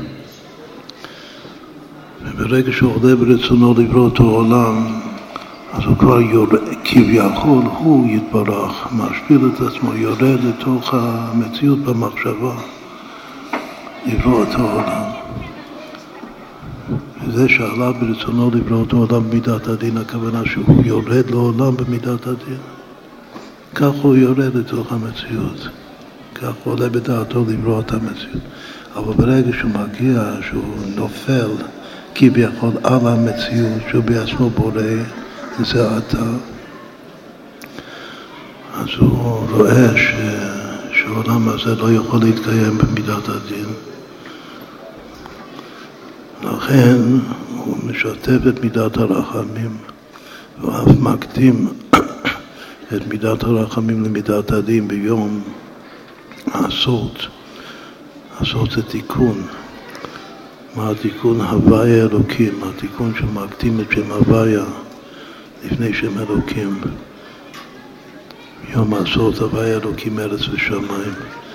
וברגע שהוא עולה ברצונו לברוא את העולם, אז הוא כבר כביכול הוא יתברך, משפיל את עצמו, יורד לתוך המציאות במחשבה, לברוא את העולם. וזה שעלה ברצונו לברוא את העולם במידת הדין, הכוונה שהוא יורד לעולם במידת הדין. כך הוא יורד לתוך המציאות, כך הוא עולה בדעתו לברוא את המציאות. אבל ברגע שהוא מגיע, שהוא נופל כביכול על המציאות, שהוא בעצמו בורא, זה אתה, אז הוא רואה שהעולם הזה לא יכול להתקיים במידת הדין. לכן הוא משתף את מידת הרחמים, ואף מקדים את מידת הרחמים למידת הדין ביום העשות. העשות זה תיקון. מה התיקון? הוויה אלוקים, התיקון שמקדים את שם הוויה לפני שם אלוקים. יום העשות הוויה אלוקים ארץ ושמיים.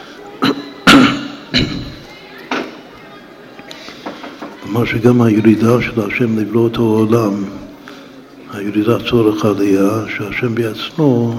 כלומר שגם הירידה של השם לברוא את העולם, הירידה צורך עלייה, שהשם בעצמו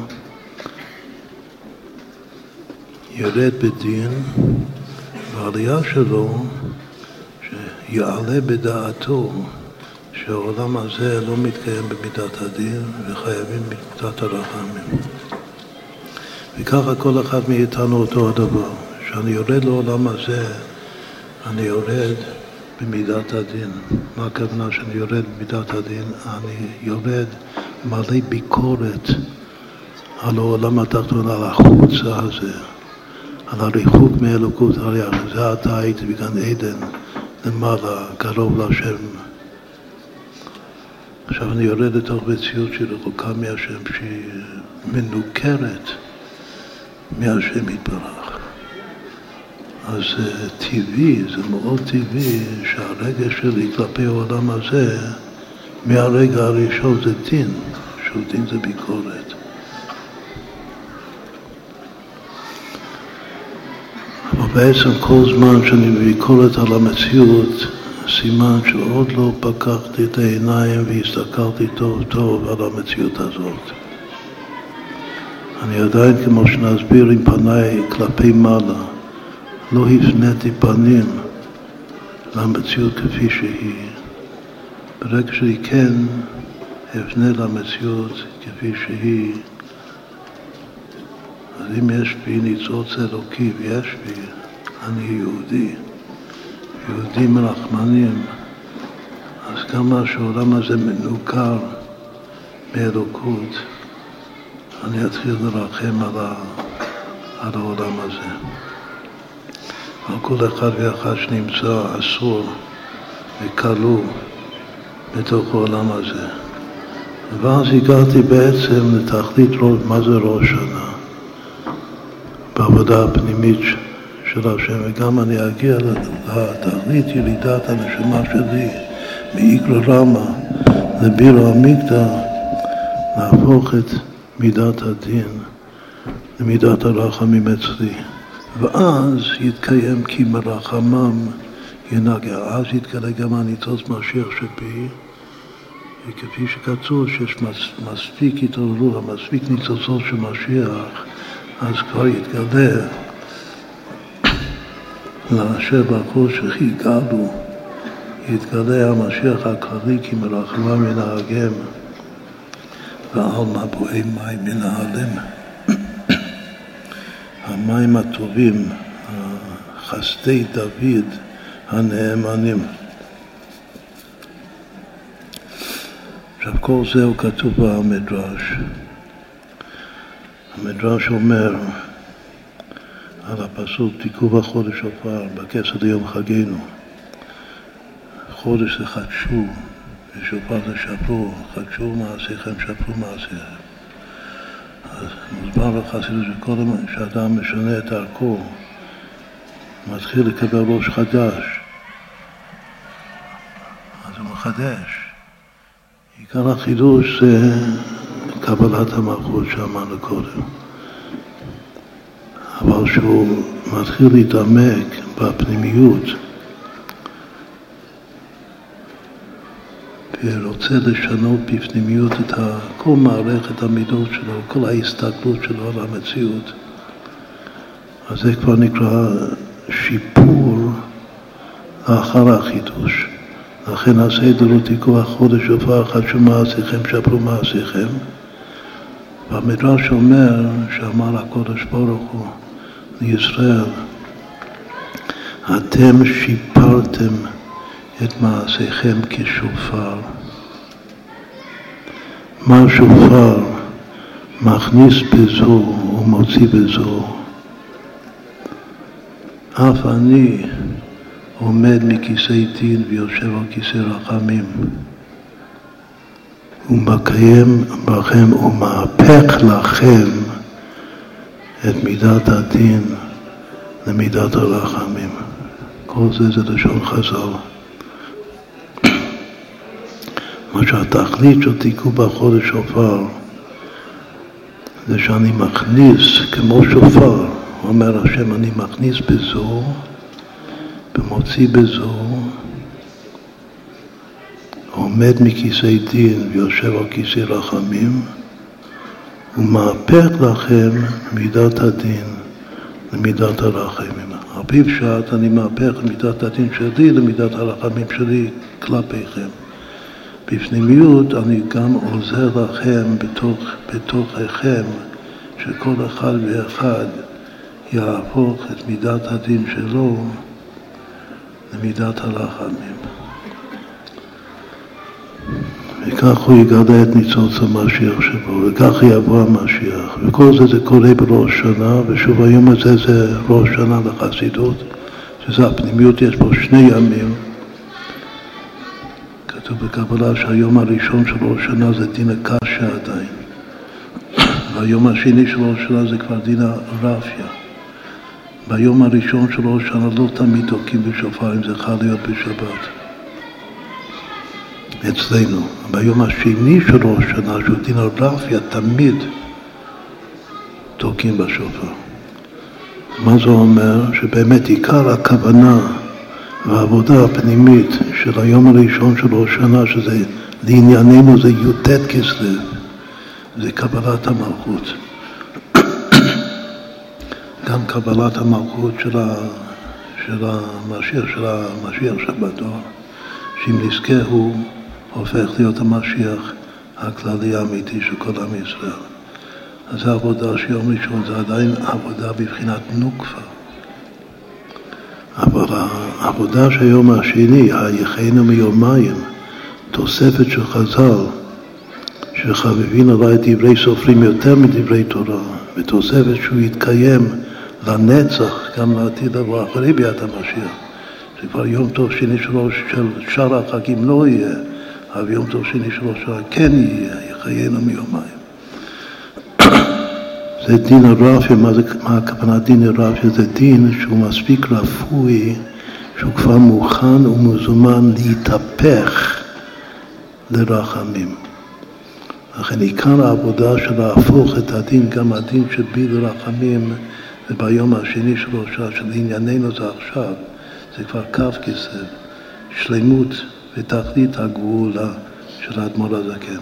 ירד בדין, והעלייה שלו שיעלה בדעתו שהעולם הזה לא מתקיים במידת הדין וחייבים במידת הרחמים. וככה כל אחד מאיתנו אותו הדבר, שאני יורד לעולם הזה, אני יורד במידת הדין. מה הכוונה שאני יורד במידת הדין? אני יורד מלא ביקורת על העולם התחתון, על החוץ הזה, על הריחוק מאלוקות. הרי זה אתה הייתי בגן עדן, למעלה, קרוב להשם. עכשיו אני יורד לתוך מציאות שהיא רחוקה מהשם, שהיא מנוכרת מהשם יתברך. אז זה טבעי, זה מאוד טבעי שהרגש שלי כלפי העולם הזה, מהרגע הראשון זה דין, שהוא דין זה ביקורת. אבל בעצם כל זמן שאני בביקורת על המציאות, סימן שעוד לא פקחתי את העיניים והסתכלתי טוב טוב על המציאות הזאת. אני עדיין, כמו שנסביר, עם פניי כלפי מעלה. לא הפניתי פנים למציאות כפי שהיא. ברגע שאני כן הפנה למציאות כפי שהיא, אז אם יש בי ניצוץ אלוקי, ויש בי, אני יהודי, יהודי מרחמנים, אז כמה שהעולם הזה מנוכר מאלוקות, אני אתחיל לרחם על העולם הזה. על כל אחד ואחד שנמצא אסור וכלוא בתוך העולם הזה. ואז הגעתי בעצם לתכלית מה זה ראש שנה, בעבודה הפנימית של השם, וגם אני אגיע לתכלית ילידת הנשמה שלי, מאיגרא רמא לבירא עמיקתא, להפוך את מידת הדין למידת הרחמים אצלי. ואז יתקיים כי מרחמם ינגע. אז יתגלה גם הניצוץ משיח שבי, וכפי שכתוב שיש מספיק התעוררות, מספיק ניצוצות של משיח, אז כבר יתגלה לאשר ברוך שהגענו, יתגלה המשיח הכללי כי מרחמם ינהגם ועל מבועי מים ינהלם. המים הטובים, חסדי דוד הנאמנים. עכשיו כל זה הוא כתוב במדרש. המדרש אומר על הפסוק תיקעו בחודש שופר בכסר ליום חגנו. חודש זה חדשו ושופר זה שפרו, חדשו מעשיכם שפרו מעשיכם. אז מוסבר בחסידות שכל שאדם משנה את דרכו מתחיל לקבל ראש חדש, אז הוא מחדש. עיקר החידוש זה קבלת המלכות שאמרנו קודם, אבל שהוא מתחיל להתעמק בפנימיות, ורוצה לשנות בפנימיות את כל מערכת המידות שלו, כל ההסתכלות שלו על המציאות. אז זה כבר נקרא שיפור לאחר החידוש. לכן הסדר הוא תיקוח חודש שופר חדשו מעשיכם שפרו מעשיכם. והמדרש אומר, שאמר הקודש ברוך הוא לישראל, אתם שיפרתם את מעשיכם כשופר. מה שופר? מכניס בזו ומוציא בזו. אף אני עומד מכיסא דין ויושב על כיסא רחמים. ומקיים בכם ומהפך לכם את מידת הדין למידת הרחמים. כל זה לשון חז"ל. מה שהתכלית של תיקון בחודש שופר זה שאני מכניס כמו שופר, אומר השם, אני מכניס בזו ומוציא בזו, עומד מכיסא דין ויושב על כיסא רחמים, ומהפך לכם מידת הדין למידת הרחמים. על פיו שעת אני מהפך מידת הדין שלי למידת הרחמים שלי כלפיכם. בפנימיות אני גם עוזר לכם בתוככם, שכל אחד ואחד יהפוך את מידת הדין שלו למידת הרחמים. וכך הוא יגלה את ניצוץ המשיח שבו, וכך יבוא המשיח. וכל זה קורה בראש שנה, ושוב היום הזה זה ראש שנה לחסידות, שזה הפנימיות, יש פה 2 ימים. כתוב בקבלה שהיום הראשון של ראש שנה זה דין הקשה עדיין. והיום השני של ראש שנה זה כבר דין הרפיה. ביום הראשון של ראש שנה לא תמיד תוקעים בשופר, אם זה חל להיות בשבת. אצלנו. ביום השני של ראש שנה, שהוא דין הרפיה, תמיד תוקעים בשופר. מה זה אומר? שבאמת עיקר הכוונה והעבודה הפנימית של היום הראשון של ראש שנה, שזה לענייננו זה י"ט כסלו, זה קבלת המלכות. גם קבלת המלכות של המשיח שבדור, שאם נזכה הוא הופך להיות המשיח הכללי האמיתי של כל עם ישראל. אז העבודה שיום ראשון זה עדיין עבודה בבחינת נוקפה. אבל העבודה שהיום השני, היחיינו מיומיים, תוספת של חז"ל, שחביבין עלי דברי סופרים יותר מדברי תורה, ותוספת שהוא יתקיים לנצח, גם לעתיד לבוא אחרי ביאת המשיח. זה כבר יום טוב שני של שאר החגים לא יהיה, אבל יום טוב שני של שאר כן יהיה, יחיינו מיומיים. זה דין הרפיה. מה הכוונה דין הרפיה? זה דין שהוא מספיק רפואי, שהוא כבר מוכן ומזומן להתהפך לרחמים. לכן עיקר העבודה של להפוך את הדין, גם הדין שבי לרחמים, זה ביום השני של ראש השנה, של ענייננו זה עכשיו, זה כבר כ' כסלו, שלמות ותכלית הגאולה של האדמו"ר הזקן.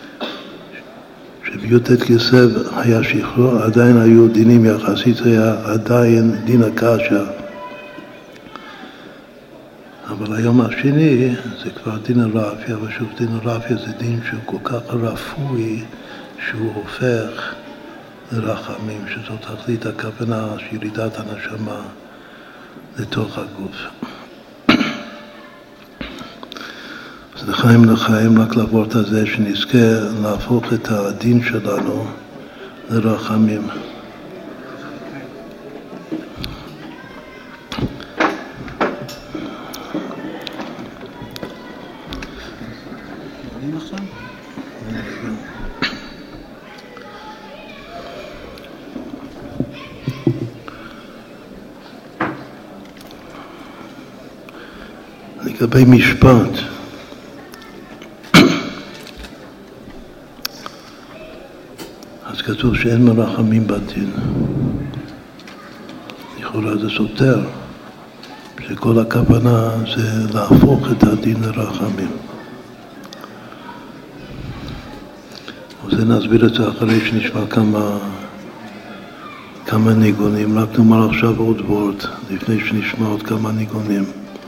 שבי"ט כסלו היה שחרור, עדיין היו דינים יחסית, היה עדיין דין הקשה. אבל היום השני זה כבר דין הרפיה, ושוב דין הרפיה זה דין שהוא כל כך רפואי, שהוא הופך לרחמים, שזאת תכלית הכוונה של ירידת הנשמה לתוך הגוף. אז לחיים רק לעבור את זה שנזכה להפוך את הדין שלנו לרחמים. לגבי משפט, אז כתוב שאין מרחמים בדין. לכאורה זה סותר, שכל הכוונה זה להפוך את הדין לרחמים. זה נסביר את זה אחרי שנשמע כמה ניגונים. רק נאמר עכשיו עוד וורד, לפני שנשמע עוד כמה ניגונים.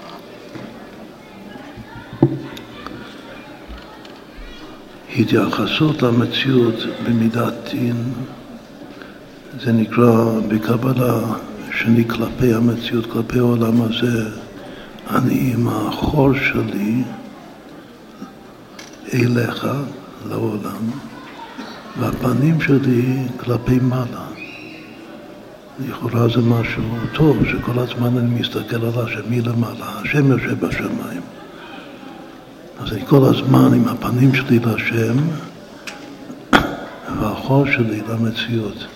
התייחסות למציאות במידת דין, זה נקרא בקבלה שאני כלפי המציאות, כלפי העולם הזה, אני עם החור שלי אליך, לעולם, והפנים שלי כלפי מעלה. לכאורה זה משהו טוב, שכל הזמן אני מסתכל על השם מלמעלה, השם יושב בשמיים. אז אני כל הזמן עם הפנים שלי להשם, והחור שלי למציאות.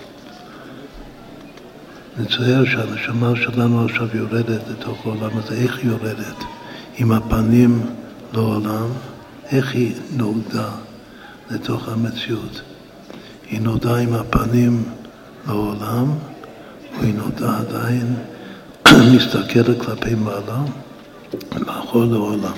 נצייר שהנשמה שלנו עכשיו יורדת לתוך העולם הזה. איך היא יורדת? עם הפנים לעולם, איך היא נולדה לתוך המציאות? היא נולדה עם הפנים לעולם, או היא נולדה עדיין מסתכלת כלפי מעלה, מאחור לעולם.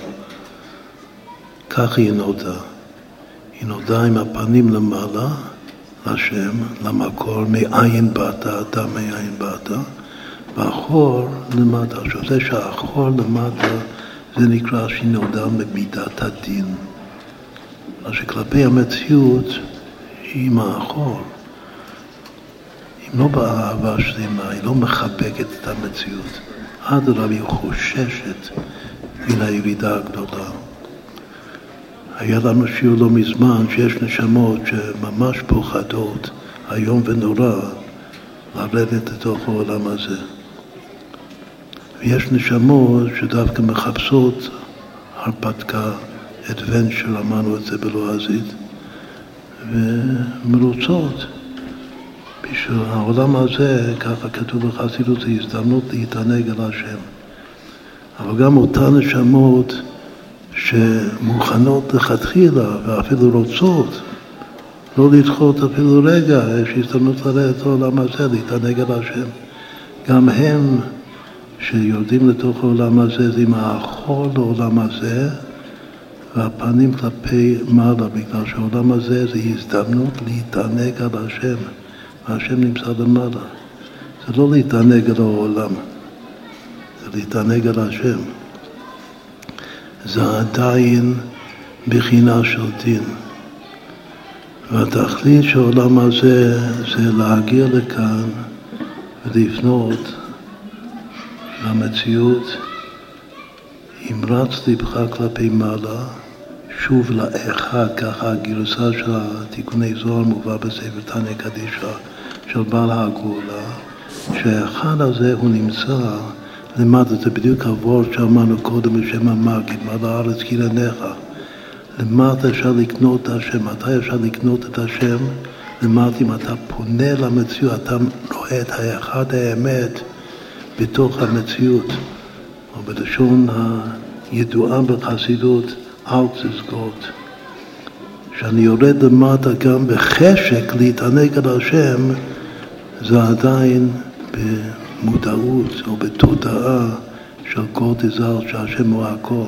כך היא נולדה. היא נולדה עם הפנים למעלה, לשם, למקור, מאין באת, אתה מאין באת, והחור למטה. עכשיו זה שהחור למטה זה נקרא שהיא נולדה במידת הדין. אז שכלפי המציאות היא עם החור. היא לא באהבה שלמה, היא לא מחבקת את המציאות. עד הרב היא חוששת מן הירידה הגדולה. היה לנו שיעור לא מזמן שיש נשמות שממש פוחדות, היום ונורא, לרדת לתוך העולם הזה. ויש נשמות שדווקא מחפשות הרפתקה, adventure, אמרנו את זה בלועזית, ומרוצות. בשביל העולם הזה, ככה כתוב בחסידות, זה הזדמנות להתענג על השם. אבל גם אותן נשמות שמוכנות לכתחילה ואפילו רוצות, לא לדחות אפילו רגע, יש הזדמנות לרדת לעולם הזה, להתענג על השם. גם הם שיורדים לתוך העולם הזה, זה עם האחור לעולם הזה, והפנים כלפי מעלה, בגלל שהעולם הזה זה הזדמנות להתענג על השם, והשם נמצא למעלה. זה לא להתענג על העולם, זה להתענג על השם. זה עדיין בחינה של דין. והתכלית של העולם הזה זה להגיע לכאן ולפנות למציאות עם רץ לבך כלפי מעלה, שוב לאחד, ככה הגרסה של התיקוני זוהר מובא בספר תניא קדישא של בעל הגאולה, שהאחד הזה הוא נמצא למטה. זה בדיוק הוורד שאמרנו קודם בשם המגיד, מעל הארץ כי עיניך. למטה אפשר לקנות את השם. מתי אפשר לקנות את השם? למטה אם אתה פונה למציאות, אתה רואה את האחד האמת בתוך המציאות, או בלשון הידועה בחסידות, אלטסגות. שאני יורד למטה גם בחשק להתענג על השם, זה עדיין במודעות או בתודעה של כל תזר שהשם הוא הכל.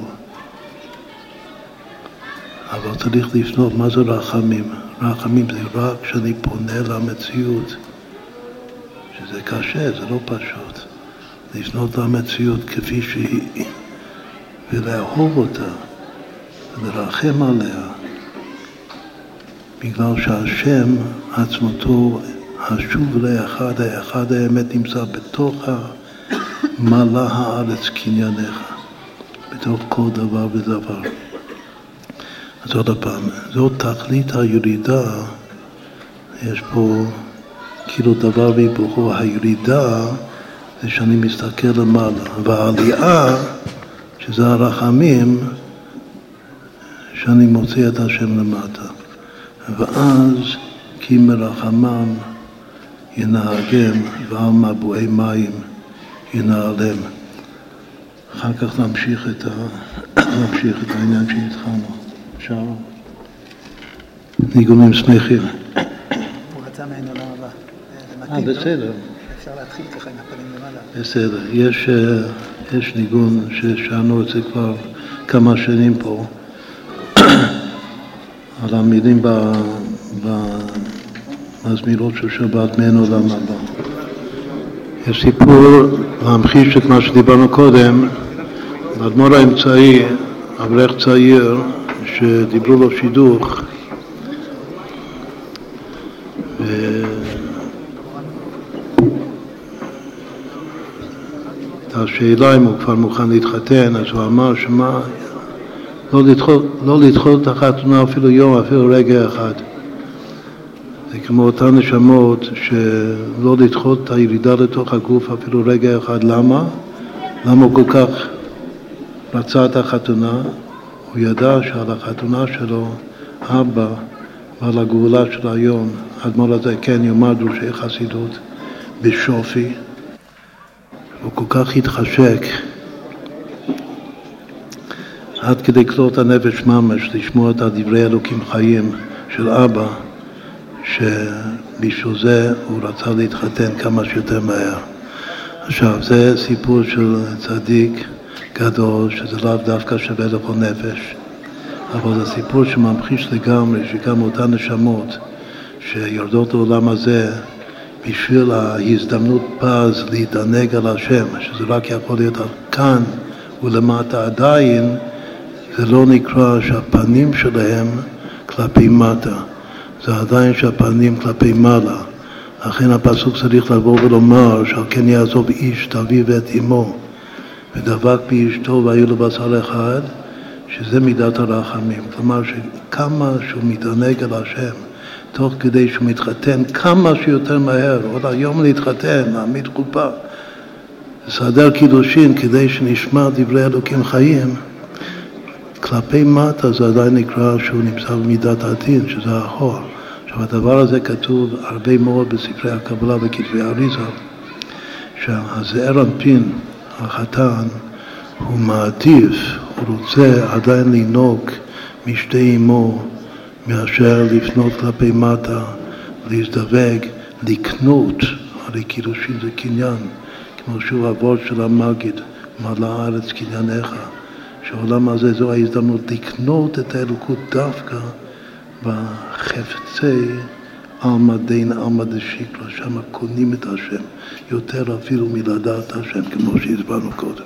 אבל צריך לפנות, מה זה רחמים? רחמים זה רק כשאני פונה למציאות, שזה קשה, זה לא פשוט. לפנות למציאות כפי שהיא, ולאהוב אותה, ולרחם עליה, בגלל שהשם עצמתו השוב לאחד, האחד האמת נמצא בתוך מלא הארץ קנייניך, בתוך כל דבר ודבר. אז עוד פעם, זאת תכלית הירידה, יש פה כאילו דבר והיפוכו. הירידה זה שאני מסתכל למעלה, והעלייה, שזה הרחמים, שאני מוציא את השם למטה. ואז כי מרחמם ינהגם ועל מבועי מים ינעלם. אחר כך נמשיך את העניין שהתחלנו. אפשר ניגונים שמחים. הוא רצה מהן עולם הבא. בסדר. אפשר להתחיל ככה עם הפנים למעלה. בסדר. יש ניגון ששאלנו את זה כבר כמה שנים פה, על המילים במזמירות של שבת מעין עולם הבא. יש סיפור להמחיש את מה שדיברנו קודם. באדמו"ר האמצעי, אברך צעיר, שדיברו לו שידוך, השאלה אם הוא כבר מוכן להתחתן, אז הוא אמר שמה, לא לדחות את החתונה אפילו יום, אפילו רגע אחד. זה כמו אותן נשמות שלא לדחות את הירידה לתוך הגוף אפילו רגע אחד. למה? למה הוא כל כך רצה את החתונה? הוא ידע שעל החתונה שלו, אבא, ועל הגאולה של היום, האדמו"ר הזה כן יאמר דורשי חסידות בשופי. הוא כל כך התחשק עד כדי כלות הנפש ממש לשמוע את דברי אלוקים חיים של אבא, שבשביל זה הוא רצה להתחתן כמה שיותר מהר. עכשיו, זה סיפור של צדיק גדול, שזה לאו דווקא שווה לכל נפש, אבל זה סיפור שממחיש לגמרי שגם אותן נשמות שיורדות לעולם הזה בשביל ההזדמנות פז להתענג על השם, שזה רק יכול להיות כאן ולמטה עדיין, זה לא נקרא שהפנים שלהם כלפי מטה, זה עדיין שהפנים כלפי מעלה. לכן הפסוק צריך לבוא ולומר שעל כן יעזוב איש את אביו ואת אמו ודבק באשתו והיו לו בשר אחד, שזה מידת הרחמים. כלומר שכמה שהוא מתענג על השם תוך כדי שהוא מתחתן כמה שיותר מהר, עוד היום להתחתן, להעמיד חופה, לסדר קידושין כדי שנשמע דברי אלוקים חיים, כלפי מטה זה עדיין נקרא שהוא נמצא במידת הדין, שזה האחור. עכשיו הדבר הזה כתוב הרבה מאוד בספרי הקבלה וכתבי אריזה, שהזעיר אנפין, החתן, הוא מעדיף, הוא רוצה עדיין לנהוג משתי אמו, מאשר לפנות כלפי מטה, להזדווג, לקנות, הרי קידושין זה קניין, כמו שהוא אבות של המגיד, מלא הארץ קנייניך, שהעולם הזה זו ההזדמנות לקנות את האלוקות דווקא בחפצי עלמא דין עלמא דשיקרא, שם קונים את השם, יותר אפילו מלדעת השם, כמו שהסברנו קודם.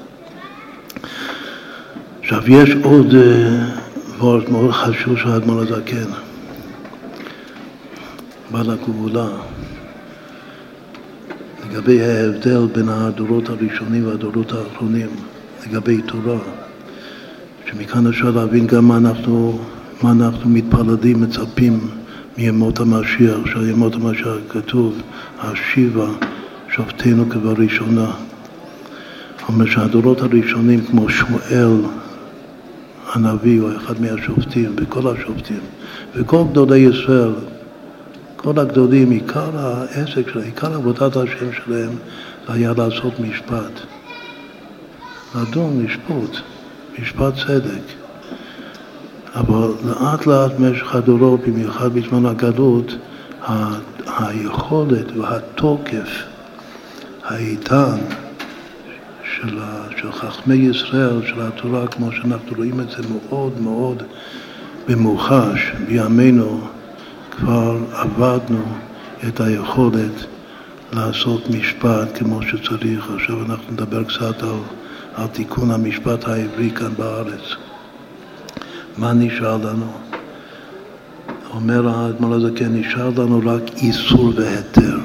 עכשיו יש עוד דבר מאוד חשוב של האדמו"ר הזקן, בעל הגאולה, לגבי ההבדל בין הדורות הראשונים והדורות האחרונים, לגבי תורה, שמכאן אפשר להבין גם מה אנחנו מתפללים, מצפים מימות המשיח, שימות המשיח כתוב, השיבה שופטינו כבראשונה. אומר שהדורות הראשונים כמו שמואל הנביא הוא אחד מהשופטים, וכל השופטים, וכל גדולי ישראל, כל הגדולים, עיקר העסק שלהם, עיקר עבודת השם שלהם, זה היה לעשות משפט. לדון, לשפוט, משפט צדק. אבל לאט לאט במשך הדורות, במיוחד בזמן הגלות, היכולת והתוקף, האיתן של חכמי ישראל, של התורה, כמו שאנחנו רואים את זה מאוד מאוד במוחש, בימינו כבר עבדנו את היכולת לעשות משפט כמו שצריך. עכשיו אנחנו נדבר קצת על תיקון המשפט העברי כאן בארץ. מה נשאר לנו? אומר האדמו"ר הזקן, נשאר לנו רק איסור והיתר.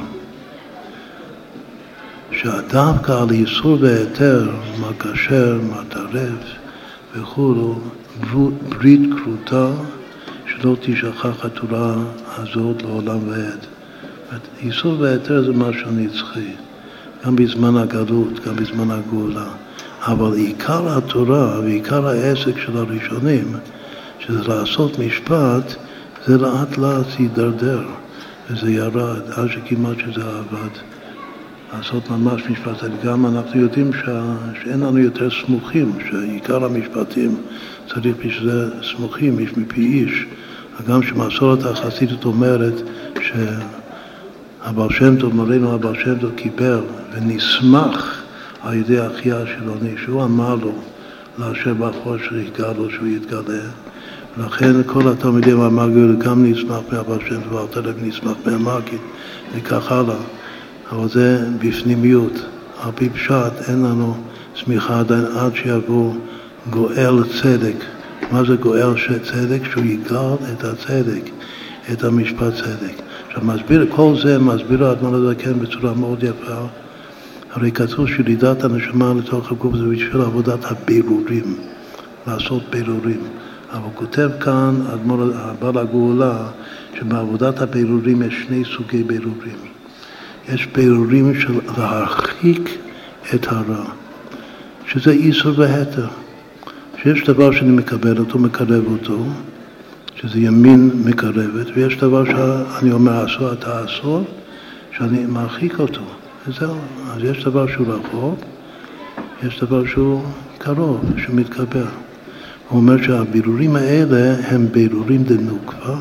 שדווקא על איסור והיתר, מה כשר, מה טרף וכו', ברית כרותה, שלא תשכח התורה הזאת לעולם ועד. איסור והיתר זה משהו נצחי, גם בזמן הגלות, גם בזמן הגאולה. אבל עיקר התורה ועיקר העסק של הראשונים, שזה לעשות משפט, זה לאט לאט יידרדר, וזה ירד, עד שכמעט שזה עבד. לעשות ממש משפט, גם אנחנו יודעים שאין לנו יותר סמוכים, שעיקר המשפטים צריך בשביל זה סמוכים, איש מפי איש. גם שמסורת החסידות אומרת שהבעל שם טוב, מורנו הבעל שם טוב קיבל ונשמח על ידי אחיה שלוני, שהוא אמר לו לאשר בחור שיגע לו שהוא יתגלה, לכן כל התלמידים אמרו, גם נשמח מהבר שם דבר תלב, נשמח מהמגיד, וכך הלאה. אבל זה בפנימיות. על פי פשט אין לנו סמיכה עד שיבוא גואל צדק. מה זה גואל צדק? שהוא יגאל את הצדק, את המשפט צדק. עכשיו מסביר, כל זה מסביר האדמו"ר הזקן בצורה מאוד יפה. הרי כתוב שלידת הנשמה לתוך הגוף זה בשביל עבודת הבירורים, לעשות בירורים. אבל הוא כותב כאן, בעל הגאולה, שבעבודת הבירורים יש שני סוגי בירורים. יש בירורים של להרחיק את הרע, שזה איסור והתר. שיש דבר שאני מקבל אותו, מקרב אותו, שזה ימין מקרבת, ויש דבר שאני אומר אסור, אתה אסור, שאני מרחיק אותו. וזהו. אז יש דבר שהוא רחוק, יש דבר שהוא קרוב, שהוא מתקבל. הוא אומר שהבירורים האלה הם בירורים דנוקבה,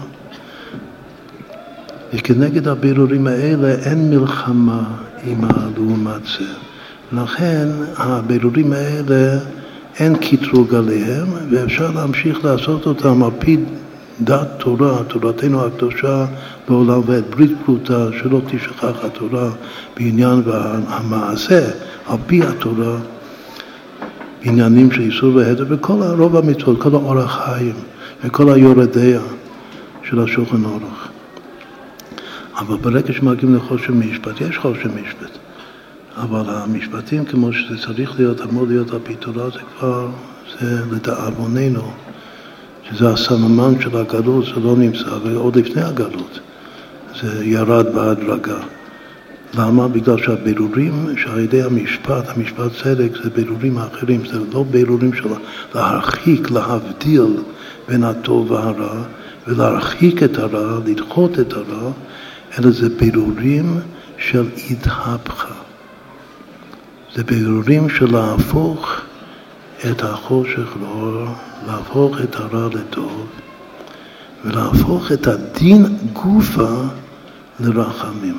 וכנגד הבירורים האלה אין מלחמה עם הלעומת זה. לכן הבירורים האלה אין קטרוג עליהם, ואפשר להמשיך לעשות אותם על פי דת תורה, תורתנו הקדושה לעולם ועד, ברית פרוטה, שלא תשכח התורה בעניין והמעשה, על פי התורה, עניינים של איסור והתר, וכל הרוב המצוות, כל האורח חיים, וכל היורדיה של השולחן אורח. אבל ברגע שמגיעים לחושן משפט, יש חושן משפט. אבל המשפטים, כמו שזה צריך להיות, אמור להיות על פי תורה, זה כבר, זה לדאבוננו, שזה הסממן של הגלות, זה לא נמצא, ועוד לפני הגלות, זה ירד בהדרגה. למה? בגלל שהבירורים שעל ידי המשפט צדק, זה בירורים אחרים, זה לא בירורים של להרחיק, להבדיל בין הטוב והרע, ולהרחיק את הרע, לדחות את הרע, אלא זה בירורים של התהפכה. זה בירורים של להפוך את החושך לאור, להפוך את הרע לטוב, ולהפוך את הדין גופה לרחמים.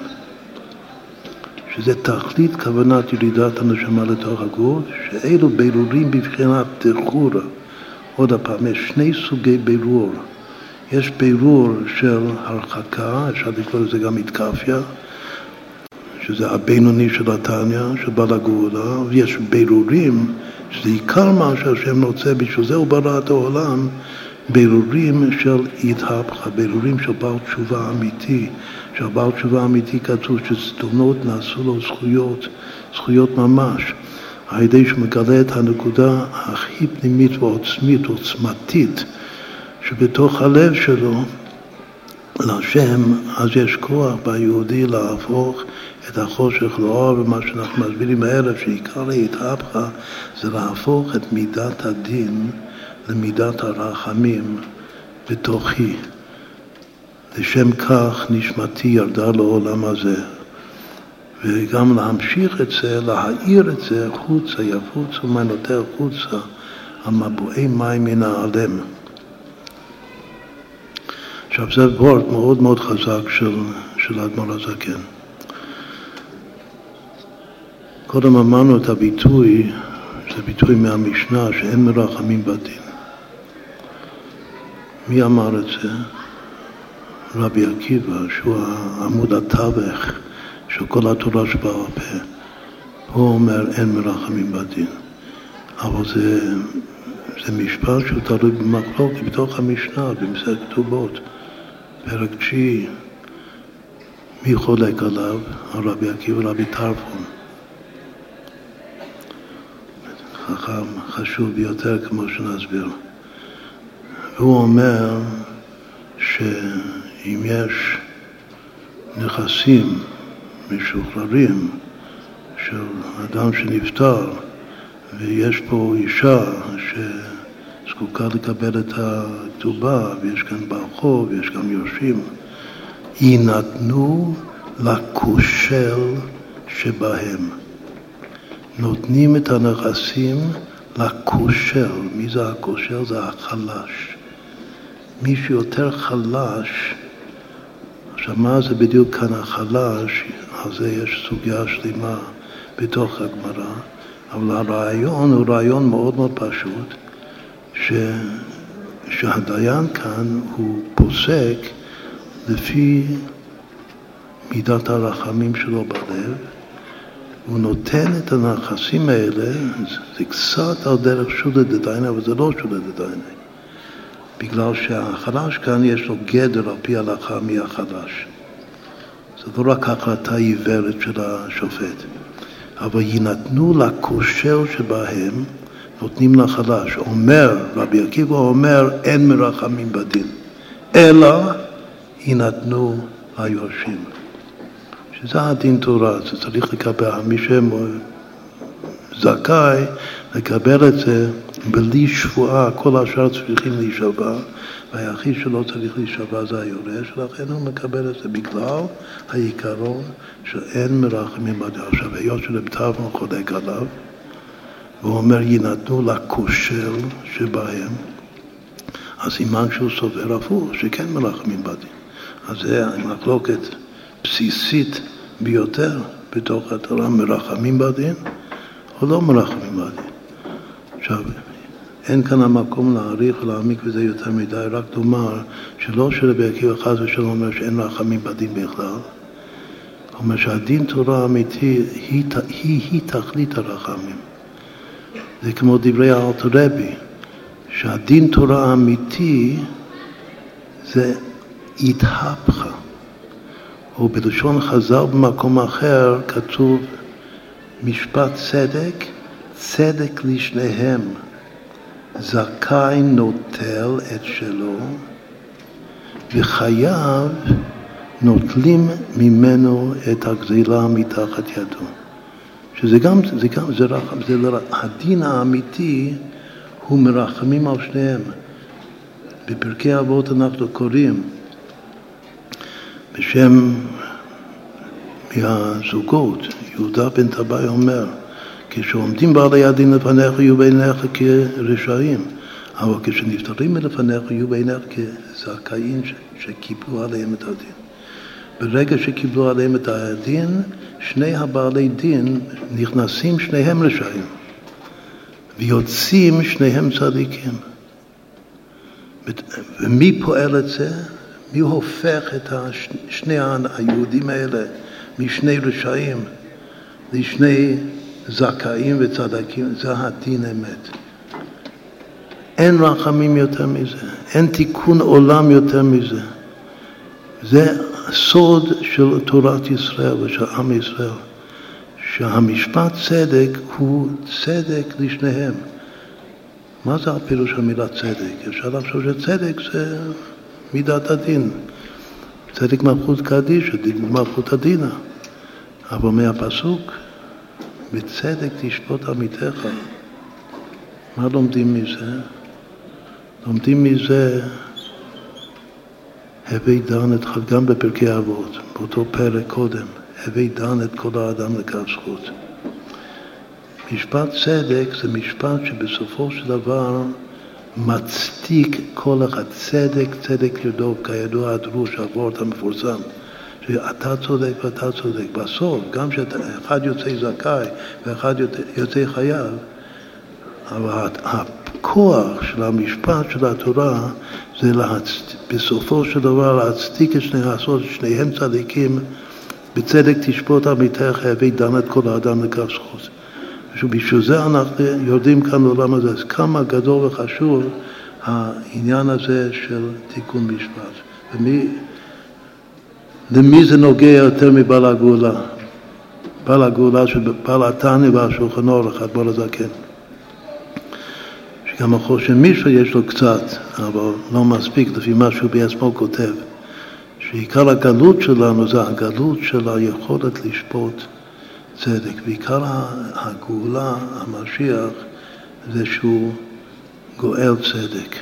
שזה תכלית כוונת ירידת הנשמה לתוך הגוף, שאלו בירורים בבחינת תחורה. עוד הפעם, יש שני סוגי בירור. יש בירור של הרחקה, אפשר לקרוא לזה גם התקפיה, שזה הבינוני של התניא, של בעל הגאולה, ויש בירורים, שזה עיקר מה שהשם רוצה, בשביל זה הוא ברא את העולם, בירורים של התהפכה, בירורים של בעל תשובה אמיתי, שהבעל תשובה אמיתי כתוב שזדונות נעשו לו זכויות ממש, על ידי שמגלה את הנקודה הכי פנימית ועוצמית, עוצמתית, שבתוך הלב שלו, להשם, אז יש כוח ביהודי להפוך את החושך לאור, ומה שאנחנו מסבירים הערב, שעיקר להתהפכה, זה להפוך את מידת הדין למידת הרחמים בתוכי. לשם כך נשמתי ירדה לעולם הזה, וגם להמשיך את זה, להאיר את זה חוצה, יפוצו מנותיה חוצה, על מבועי מים מן העלם. עכשיו זה וורט מאוד מאוד חזק של האדמו"ר הזקן. קודם אמרנו את הביטוי, זה ביטוי מהמשנה, שאין מרחמים בדין. מי אמר את זה? רבי עקיבא, שהוא עמוד התווך של כל התורה שבעל פה. הוא אומר אין מרחמים בדין. אבל זה משפט שהוא תלוי במחלוקת בתוך המשנה, במסכת כתובות. פרק 9, מי חולק עליו? הרבי עקיבא, רבי טרפון. חכם, חשוב ביותר כמו שנסביר. והוא אומר שאם יש נכסים משוחררים של אדם שנפטר ויש פה אישה שזקוקה לקבל את הכתובה ויש כאן ברחוב ויש גם יורשים, יינתנו לכושל שבהם. נותנים את הנכסים לכושל. מי זה הכושל? זה החלש. מי שיותר חלש, עכשיו מה זה בדיוק כאן החלש? על זה יש סוגיה שלמה בתוך הגמרא, אבל הרעיון הוא רעיון מאוד מאוד פשוט, שהדיין כאן הוא פוסק לפי מידת הרחמים שלו בלב, הוא נותן את הנכסים האלה, זה קצת על דרך שולה דדיינה, אבל זה לא שולה דדיינה. בגלל שהחלש כאן יש לו גדר על פי ההלכה מי החלש. זה לא רק החלטה עיוורת של השופט. אבל יינתנו לכושר שבהם, נותנים לחלש. אומר, רבי עקיבא אומר, אין מרחמים בדין. אלא יינתנו היורשים. שזה הדין תורה, זה צריך לקבל, מי שזכאי לקבל את זה בלי שבועה, כל השאר צריכים להישבע, והיחיד שלא צריך להישבע זה היורש, ולכן הוא מקבל את זה בגלל העיקרון שאין מרחמים בדין. עכשיו, היות שרב טרפון חולק עליו, והוא אומר יינתנו לכושל שבהם, אז סימן שהוא סובר הפוך, שכן מרחמים בדין. אז זה מחלוקת בסיסית ביותר בתוך התורה, מרחמים בדין או לא מרחמים בדין. עכשיו, אין כאן המקום להעריך ולהעמיק בזה יותר מדי, רק לומר שלא שרבי עקיבא חס ושלום אומר שאין רחמים בדין בכלל, הוא אומר שהדין תורה האמיתי היא תכלית הרחמים. זה כמו דברי האלטר רבי, שהדין תורה האמיתי זה התהפכה. או בלשון חז"ל במקום אחר כתוב משפט צדק, צדק לשניהם. זכאי נוטל את שלו וחייב נוטלים ממנו את הגזילה מתחת ידו. שזה גם הדין האמיתי הוא מרחמים על שניהם. בפרקי אבות אנחנו קוראים בשם מהזוגות, יהודה בן טבעי אומר, כשעומדים בעלי הדין לפניך יהיו בעיניך כרשעים, אבל כשנפטרים מלפניך יהיו בעיניך כזכאים שקיבלו עליהם את הדין. ברגע שקיבלו עליהם את הדין, שני הבעלי דין נכנסים שניהם רשעים, ויוצאים שניהם צדיקים. ומי פועל את זה? מי הופך את שני היהודים האלה משני רשעים לשני זכאים וצדקים? זה הדין אמת. אין רחמים יותר מזה, אין תיקון עולם יותר מזה. זה סוד של תורת ישראל ושל עם ישראל, שהמשפט צדק הוא צדק לשניהם. מה זה הפירוש המילה צדק? אפשר לחשוב שצדק זה מידת הדין. צדק מלכות קדישא, דין מלכות הדינה. אבל מהפסוק, בצדק תשפוט עמיתך. מה לומדים מזה? לומדים מזה הווי דן את גם בפרקי אבות, באותו פרק קודם, הווי דן את כל האדם לכף זכות. משפט צדק זה משפט שבסופו של דבר מצדיק כל אחד. צדק, צדק ירדוף, כידוע הדרוש, הוורט המפורסם, שאתה צודק ואתה צודק. בסוף, גם שאחד יוצא זכאי ואחד יוצא חייב, אבל הכוח של המשפט של התורה זה בסופו של דבר להצדיק את שני העשות, שניהם צדיקים, בצדק תשפוט עמיתך, הווי דן את כל האדם לכף זכות. בשביל זה אנחנו יורדים כאן לעולם הזה. אז כמה גדול וחשוב העניין הזה של תיקון משפט. למי זה נוגע יותר מבעל הגאולה? בעל הגאולה שבעל התניא והשולחן אורך, בעל הזקן. שגם החושן מישהו יש לו קצת, אבל לא מספיק לפי מה שהוא בעצמו כותב. שעיקר הגלות שלנו זה הגלות של היכולת לשפוט צדק. בעיקר הגאולה, המשיח, זה שהוא גואל צדק.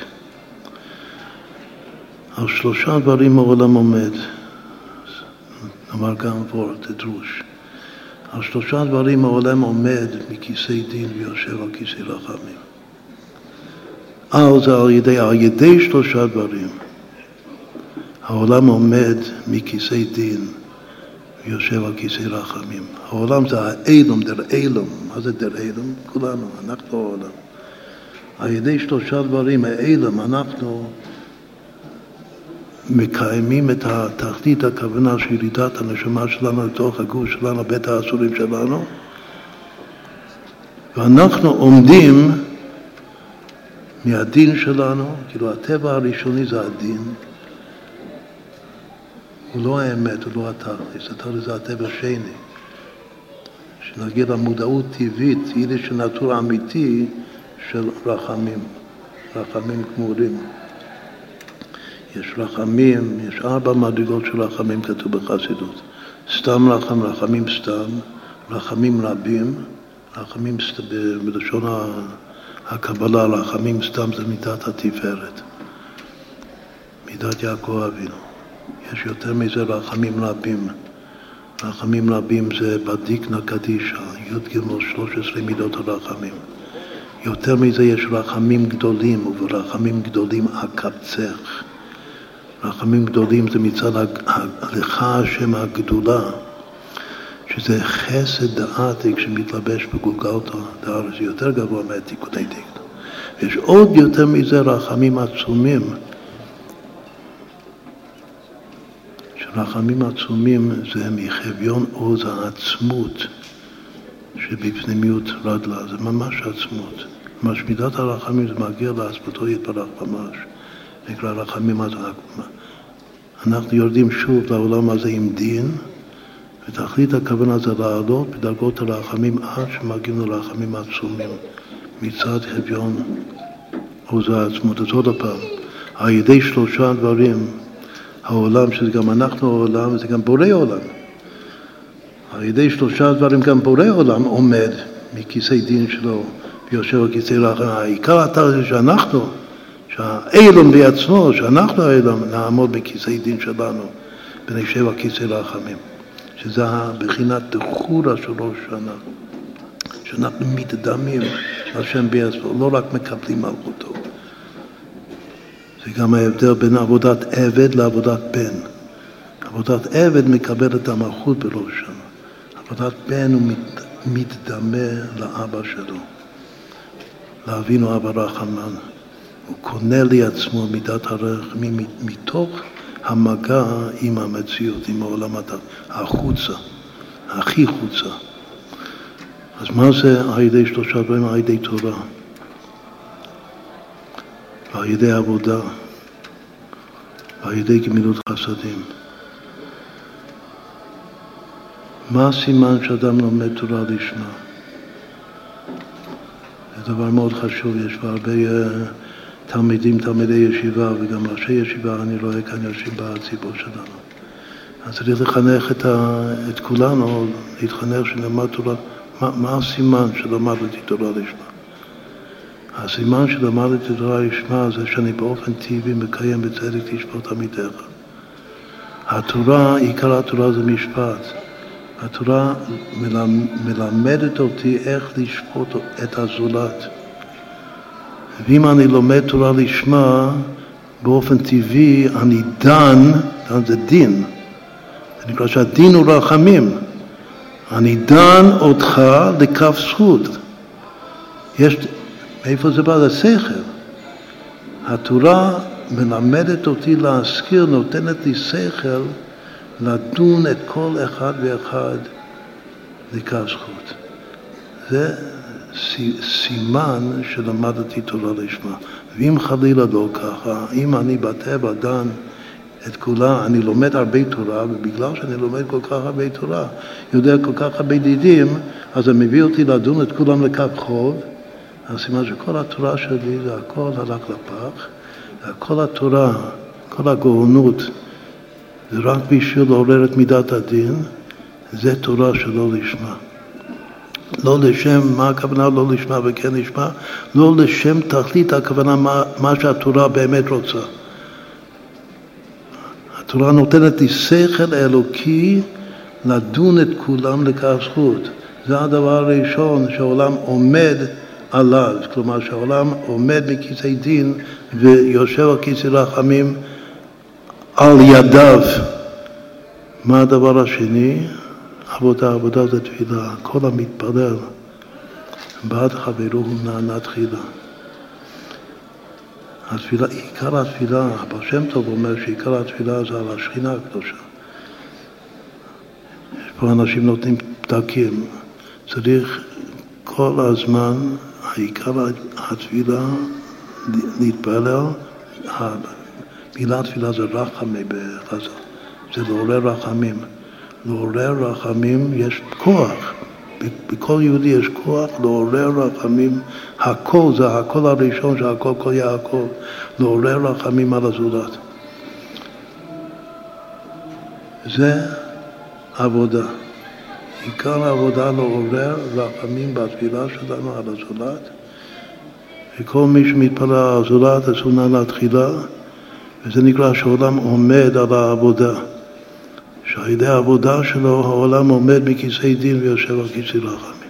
על 3 דברים העולם עומד, אמר גם וורט, דרוש. על 3 דברים העולם עומד מכיסא דין ויושב על כיסא רחמים. זה על ידי 3 דברים. העולם עומד מכיסא דין ויושב על כיסא רחמים. העולם זה האילום, דר אילום. מה זה דר אילום? כולנו, אנחנו העולם. על ידי שלושה דברים האלה אנחנו מקיימים את התכלית, הכוונה של ירידת הנשמה שלנו לתוך הגוף שלנו, בית האסורים שלנו, ואנחנו עומדים מהדין שלנו, כאילו הטבע הראשוני זה הדין, הוא לא האמת, הוא לא התכלית, התכלית זה הטבע השני, שנגיע למודעות טבעית, יידיש של נטור אמיתי של רחמים, רחמים גמורים. יש רחמים, יש 4 מדרגות של רחמים כתוב בחסידות. סתם רחם, רחמים סתם, רחמים רבים, רחמים בלשון הקבלה, רחמים סתם זה מידת התפארת. מידת יעקב אבינו. יש יותר מזה רחמים רבים. רחמים רבים זה בדיקנה קדישה, י' ג' 13 מידות הרחמים. יותר מזה יש רחמים גדולים, וברחמים גדולים אקבצך. רחמים גדולים זה מצד לך השם הגדולה, שזה חסד דעתיק שמתלבש בגולגלתא דארץ, זה יותר גבוה מהתיקוני דקנה. יש עוד יותר מזה רחמים עצומים, שרחמים עצומים זה מחביון עוז העצמות שבפנימיות רדלה, זה ממש עצמות. ממש מידת הרחמים זה מגיע לעצמתו יתברך ממש. נקרא רחמים עד אנחנו יורדים שוב לעולם הזה עם דין, ותכלית הכוונה זה לעלות בדרגות הרחמים עד שמגיעים לרחמים עצומים מצד חביון עוז העצמות. אז עוד פעם, על ידי 3 דברים, העולם, שזה גם אנחנו העולם, זה גם בורא עולם. על ידי 3 דברים גם בורא עולם עומד מכיסא דין שלו ויושב על כיסא רחמים. העיקר התכלית שאנחנו, שהאילום בעצמו, שאנחנו האילום, נעמוד בכיסא דין שלנו ונשב על כיסא רחמים. שזה בחינת דחורה של ראש שנה. שאנחנו מתדמים לשם בעצמו, לא רק מקבלים מלכותו. זה גם ההבדל בין עבודת עבד לעבודת בן. עבודת עבד מקבל את המלכות בראש שנה. עבודת בן הוא מתדמה לאבא שלו. לאבינו אבא רחמן. הוא קונה לי עצמו מידת הרחמים מתוך המגע עם המציאות, עם העולם החוצה, הכי חוצה. אז מה זה על ידי 3 דברים? על ידי תורה, ועל ידי עבודה, ועל ידי גמילות חסדים. מה הסימן שאדם לומד תורה לשמה? זה דבר מאוד חשוב, יש הרבה תלמידי ישיבה וגם ראשי ישיבה, אני רואה כאן יושבים בציבור שלנו. אז צריך לחנך את כולנו, להתחנך שנלמד תורה. מה הסימן שלמדתי תורה לשמה? הסימן שלמדתי תורה לשמה זה שאני באופן טבעי מקיים בצדק תשפוט עמיתך. התורה, עיקר התורה זה משפט. התורה מלמדת אותי איך לשפוט את הזולת. ואם אני לומד תורה לשמה, באופן טבעי אני דן זה דין. זה נקרא שהדין הוא רחמים. אני דן אותך לכף זכות. מאיפה זה בא? זה שכל. התורה מלמדת אותי להזכיר, נותנת לי שכל לדון את כל אחד ואחד לכף זכות. זה סימן שלמדתי תורה לשמה. ואם חלילה לא ככה, אם אני בטבע דן את כולה, אני לומד הרבה תורה, ובגלל שאני לומד כל כך הרבה תורה, יודע כל כך הרבה דידים, אז זה מביא אותי לדון את כולם לכף חוב. הסימן שכל התורה שלי זה הכל הלך לפח, כל התורה, כל הגאונות, זה רק בשביל לעורר את מידת הדין, זה תורה שלא לשמה. לא לשם, מה הכוונה לא לשמה וכן לשמה? לא לשם תכלית הכוונה מה שהתורה באמת רוצה. התורה נותנת לי שכל אלוקי לדון את כולם לכף זכות. זה הדבר הראשון שהעולם עומד עליו. כלומר שהעולם עומד מכיסא דין ויושב על כיסא רחמים על ידיו. מה הדבר השני? עבודה זה תפילה. כל המתפלל בעד חברו הוא נענה תחילה. התפילה, עיקר התפילה, הבעל שם טוב אומר שעיקר התפילה זה על השכינה הקדושה. יש פה אנשים נותנים פתקים, צריך כל הזמן, העיקר התפילה להתפלל, המילה תפילה זה רחמי בחז"ל, זה לעורר רחמים. לעורר רחמים יש כוח, בכל יהודי יש כוח לעורר רחמים, הכל זה הכל הראשון שהכל כל יעקב, לעורר רחמים על הזולת. זה עבודה. עיקר העבודה לעורר רחמים בתפילה שלנו על הזולת, וכל מי שמתפלל על הזולת אסור להתחילה, וזה נקרא שהעולם עומד על העבודה. שעל ידי העבודה שלו העולם עומד מכיסא דין ויושב על כיסא רחמים.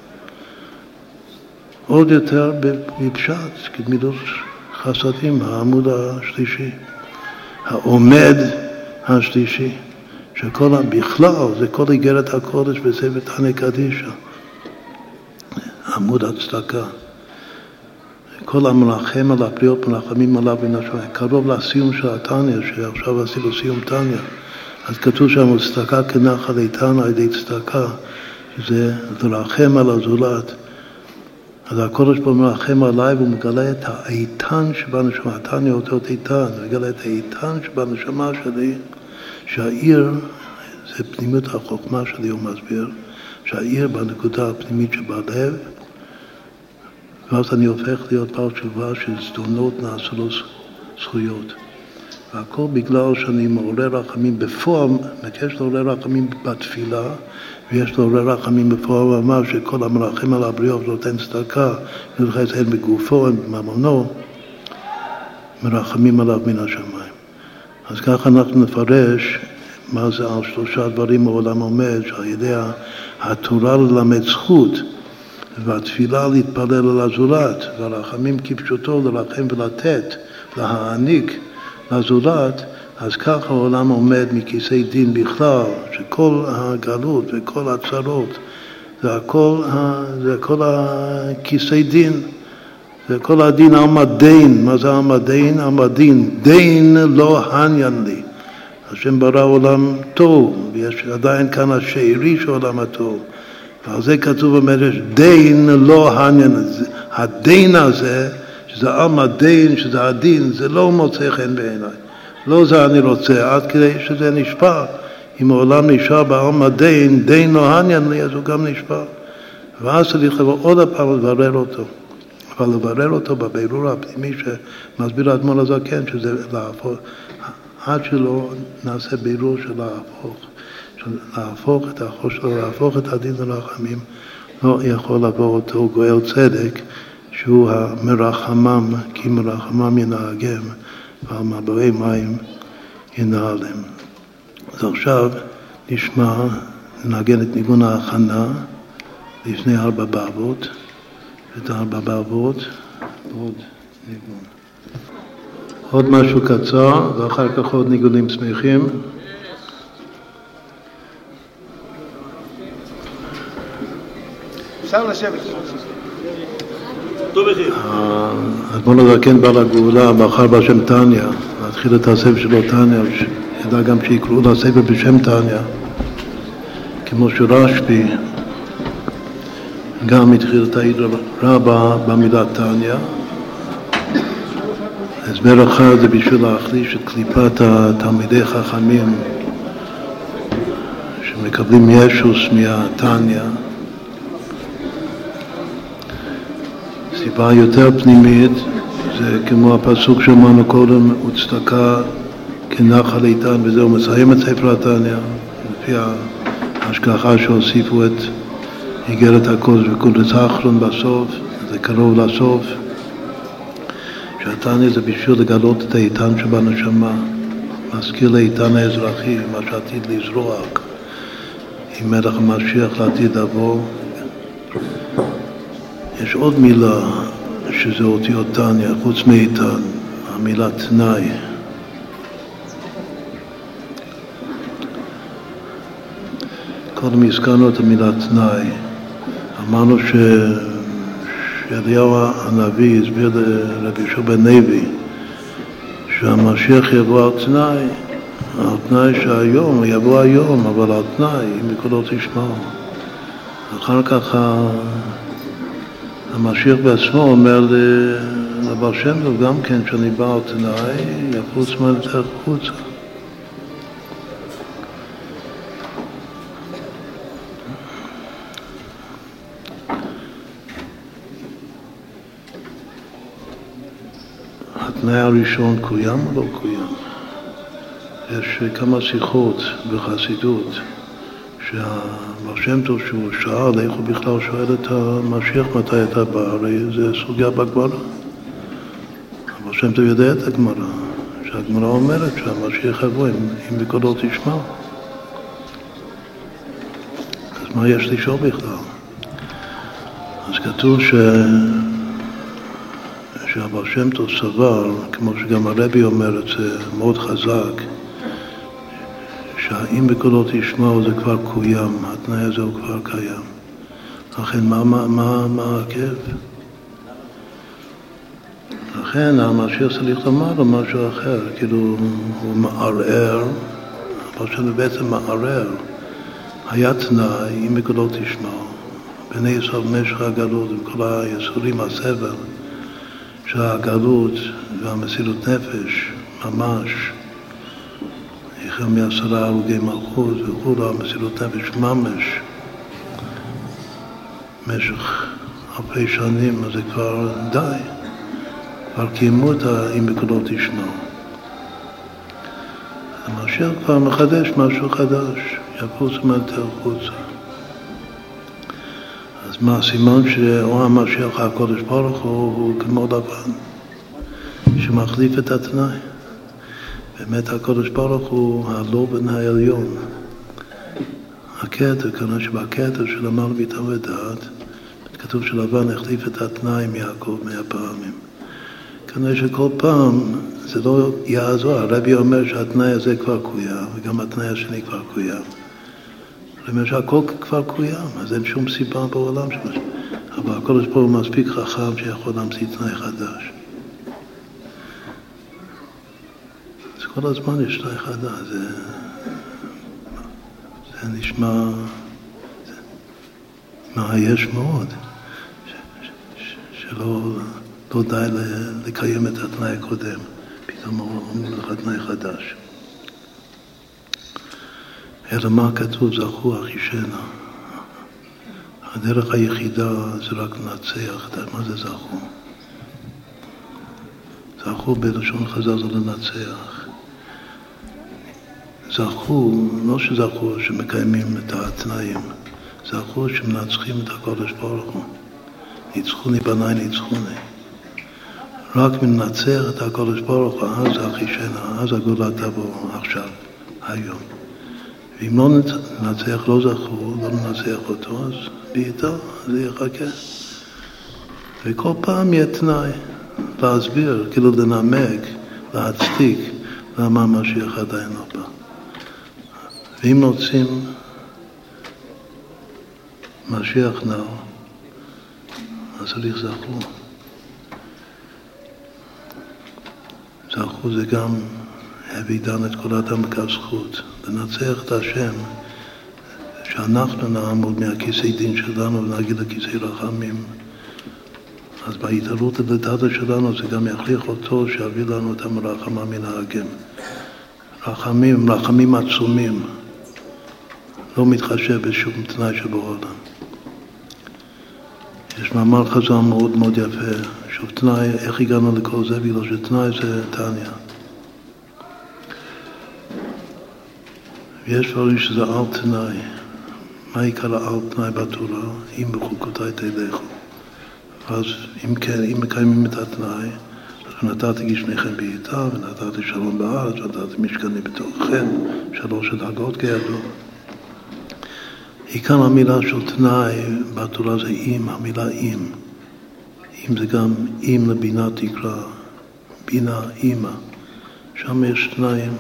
עוד יותר בפשט, כמילות חסדים, העמוד השלישי, העומד השלישי, שכל בכלל זה כל איגרת הקודש בספר תניא קדישא, עמוד הצדקה. כל המרחם על הבריות מרחמים עליו ונשמע. קרוב לסיום של התניא, שעכשיו עשינו סיום תניא, אז כתוב שם, צדקה כנחל איתן על ידי צדקה, שזה לרחם על הזולת. אז הקודש פה מרחם עליי והוא מגלה את האיתן שבנשמה, התניא אותות איתן, הוא מגלה את האיתן שבנשמה שלי, שהעיר, זה פנימיות החוכמה שלי, הוא מסביר, שהעיר בנקודה הפנימית שבלב, ואז אני הופך להיות בעל תשובה שזדונות נעשו לו זכויות. והכל בגלל שאני מעורר רחמים בפועל, יש לעורר רחמים בתפילה, ויש לעורר רחמים בפועל, הוא אמר שכל המרחם על הבריות נותן צדקה, נלחץ הן בגופו, הן בממונו, מרחמים עליו מן השמיים. אז ככה אנחנו נפרש מה זה על שלושה דברים העולם עומד, שעל ידי התורה ללמד זכות, והתפילה להתפלל על הזולת, והרחמים כפשוטו לרחם ולתת, להעניק לזולת, אז ככה העולם עומד מכיסא דין בכלל, שכל הגלות וכל הצרות, זה כל הכיסא דין, זה כל הדין עמדין. מה זה עמדין? עמדין, דין לא עניין לי. השם ברא עולם טוב, ויש עדיין כאן השארי של עולם הטוב. ועל זה כתוב במדרש, דין לא עניין. הדין הזה, שזה עמדין, שזה הדין, זה לא מוצא חן בעיניי. לא זה אני רוצה, עד כדי שזה נשפע. אם העולם נשאר בעמדין, דין לא עניין לי, אז הוא גם נשפע. ואז צריך עוד פעם לברר אותו. אבל לברר אותו בבירור הפנימי שמסביר האדמו"ר הזקן, שזה להפוך, עד שלא נעשה בירור של להפוך את החוש שלו, להפוך את הדין לרחמים, לא יכול לבוא אותו גואל צדק, שהוא המרחמם, כי מרחמם ינהגם, ועל מבואי מים ינהלם. אז עכשיו נשמע, ננגן את ניגון ההכנה לפני 4 באבות, את 4 באבות, עוד ניגון. עוד משהו קצר, ואחר כך עוד ניגונים שמחים. אפשר לשבת. האדמו"ר הזקן בא לגאולה, בחר בשם תניא, להתחיל את הספר שלו תניא, ידע גם שיקראו לספר בשם תניא, כמו שרשב"י גם התחיל את העיד רבה במילה תניא. הסבר אחד זה בשביל להחליש את קליפת התלמידי חכמים שמקבלים ישוס מהתניא. סיבה יותר פנימית זה כמו הפסוק שאמרנו קודם, וצדקה כנחל איתן, וזהו מסיים את ספר התניא, לפי ההשגחה שהוסיפו את איגרת הקודש וקודש האחרון בסוף, זה קרוב לסוף. שהתניא זה בשביל לגלות את האיתן שבנשמה, מזכיר לאיתן האזרחי, מה שעתיד לזרוע, עם מלך המשיח לעתיד לבוא. יש עוד מילה שזה אותיות תניא, חוץ מאיתן, המילה תנאי. קודם הזכרנו את המילה תנאי. אמרנו שאליהו הנביא הסביר לרבי יהושע בן לוי שהמשיח יבוא על תנאי שהיום, הוא יבוא היום, אבל על תנאי, אם בקולו תשמעו. אחר כך המשיח בעצמו אומר לבעל שם טוב גם כן, שאני בא על תנאי, יפוץ מלתך חוצה. התנאי הראשון קוים או לא קוים? יש כמה שיחות בחסידות שהבעל שם טוב שהוא שאל איך הוא בכלל שואל את המשיח מתי אתה בא, הרי זה סוגיה בגמרא. הבעל שם טוב יודע את הגמרא, שהגמרא אומרת שהמשיח יבוא אם בקולו תשמע. אז מה יש לשאול בכלל? אז כתוב שהבעל שם טוב סבר, כמו שגם הרבי אומר את זה מאוד חזק, שהאם בקולו תשמעו זה כבר קוים, התנאי הזה הוא כבר קיים. לכן מה העקב? לכן המשיח צריך לומר לו משהו אחר, כאילו הוא מערער, אבל שאני בעצם מערער. היה תנאי, אם בקולו תשמעו, בני ישראל במשך הגלות וכל היסורים הסבל, שהגלות והמסירות נפש ממש החל מ10 הרוגי מלכות וכו', המסירות נפש ממש במשך אלפי שנים, אז זה כבר די, כבר קיימו את אם בקולו תשמעו. המשיח כבר מחדש משהו חדש, יפוץ מלתך חוצה. אז מה הסימן שאו המשיח הקודש ברוך הוא כמו לבן שמחליף את התנאי. באמת הקודש ברוך הוא הלובן העליון. הכתר, כנראה שבכתר של המעלה ביטחון ודעת כתוב שלבן החליף את התנאי מיעקב 100 פעמים. כנראה שכל פעם זה לא יעזור. הרבי אומר שהתנאי הזה כבר קוים וגם התנאי השני כבר קוים. למשל, הכל כבר קוים, אז אין שום סיבה בעולם אבל הקודש ברוך הוא מספיק חכם שיכול להמציא תנאי חדש. אז כל הזמן יש תנאי חדש, זה נשמע מעייש מאוד, שלא די לקיים את התנאי הקודם, פתאום אומרים לך תנאי חדש. אלא מה כתוב? זכו אחישנה. הדרך היחידה זה רק לנצח. מה זה זכו? זכו בלשון חז"ל זה לנצח. זכו, לא שזכו שמקיימים את התנאים, זכו שמנצחים את הקודש ברוך הוא. ניצחוני בניי ניצחוני. רק מנצח את הקודש ברוך הוא, אז אחישנה, אז הגאולה תבוא עכשיו, היום. ואם לא נצח, לא זכו, לא נצח אותו, אז בעיתו, זה יחכה. וכל פעם יהיה תנאי להסביר, כאילו לנמק, להצדיק, למה המשיח עדיין לא בא. ואם רוצים משיח נאו, אז צריך זכו. זכו זה גם הביא דן את כל האדם בקו זכות, לנצח את השם, שאנחנו נעמוד מהכיסא דין שלנו ונגיד לכיסא רחמים. אז בהתעלות לדעת שלנו זה גם יכריח אותו שיביא לנו את המרחמה מן האגם. רחמים, רחמים עצומים, לא מתחשב בשום תנאי שבעולם. יש מאמר חז"ל מאוד מאוד יפה, שוב תנאי, איך הגענו לכל זה? בגלל שתנאי זה תניא. ויש דברים שזה על תנאי. מה עיקר על תנאי בתורה? אם בחוקותיי תלכו. אז אם כן, אם מקיימים את התנאי, אז נתתי גשמיכם בעיטה, ונתתי שלום בארץ, ונתתי משכני בתוככם, 3 דרגות כידוע. עיקר המילה של תנאי בתורה זה אם, המילה אם. אם זה גם אם לבינה תקרא, בינה, אימא. שם יש תנאים.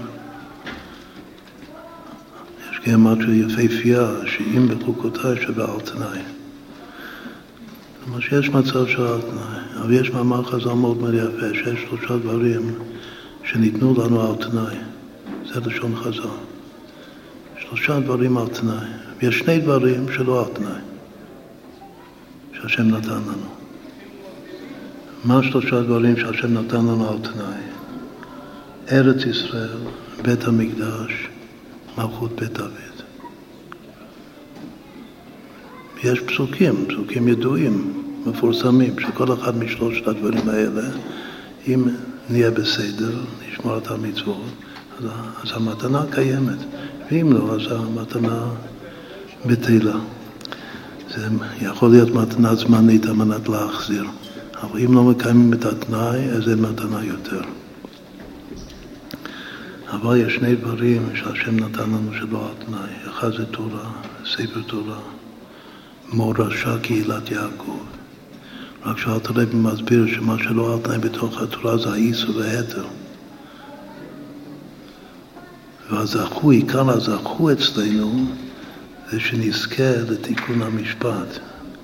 יש גימטריה יפהפייה, שאם בחוקותיי שווה על תנאי. זאת אומרת שיש מצב של על תנאי, אבל יש מאמר חז"ל מאוד מאוד יפה, שיש 3 דברים שניתנו לנו על תנאי. זה לשון חז"ל. 3 דברים על תנאי. ויש 2 דברים שלא על תנאי, שהשם נתן לנו. מה 3 דברים שהשם נתן לנו על תנאי? ארץ ישראל, בית המקדש, מלכות בית דוד. יש פסוקים ידועים, מפורסמים, שכל אחד מ3 הדברים האלה, אם נהיה בסדר, נשמור את המצוות, אז המתנה קיימת. ואם לא, אז המתנה בטלה. זה יכול להיות מתנה זמנית על מנת להחזיר. אבל אם לא מקיימים את התנאי, אז אין מתנה יותר. אבל יש 2 דברים שהשם נתן לנו שלא על תנאי. אחד זה תורה, ספר תורה, מורשה קהילת יעקב. רק שאלת רבי מסביר שמה שלא על תנאי בתוך התורה זה האיסור וההתר. והזכו, עיקר הזכו אצלנו, זה שנזכה לתיקון המשפט.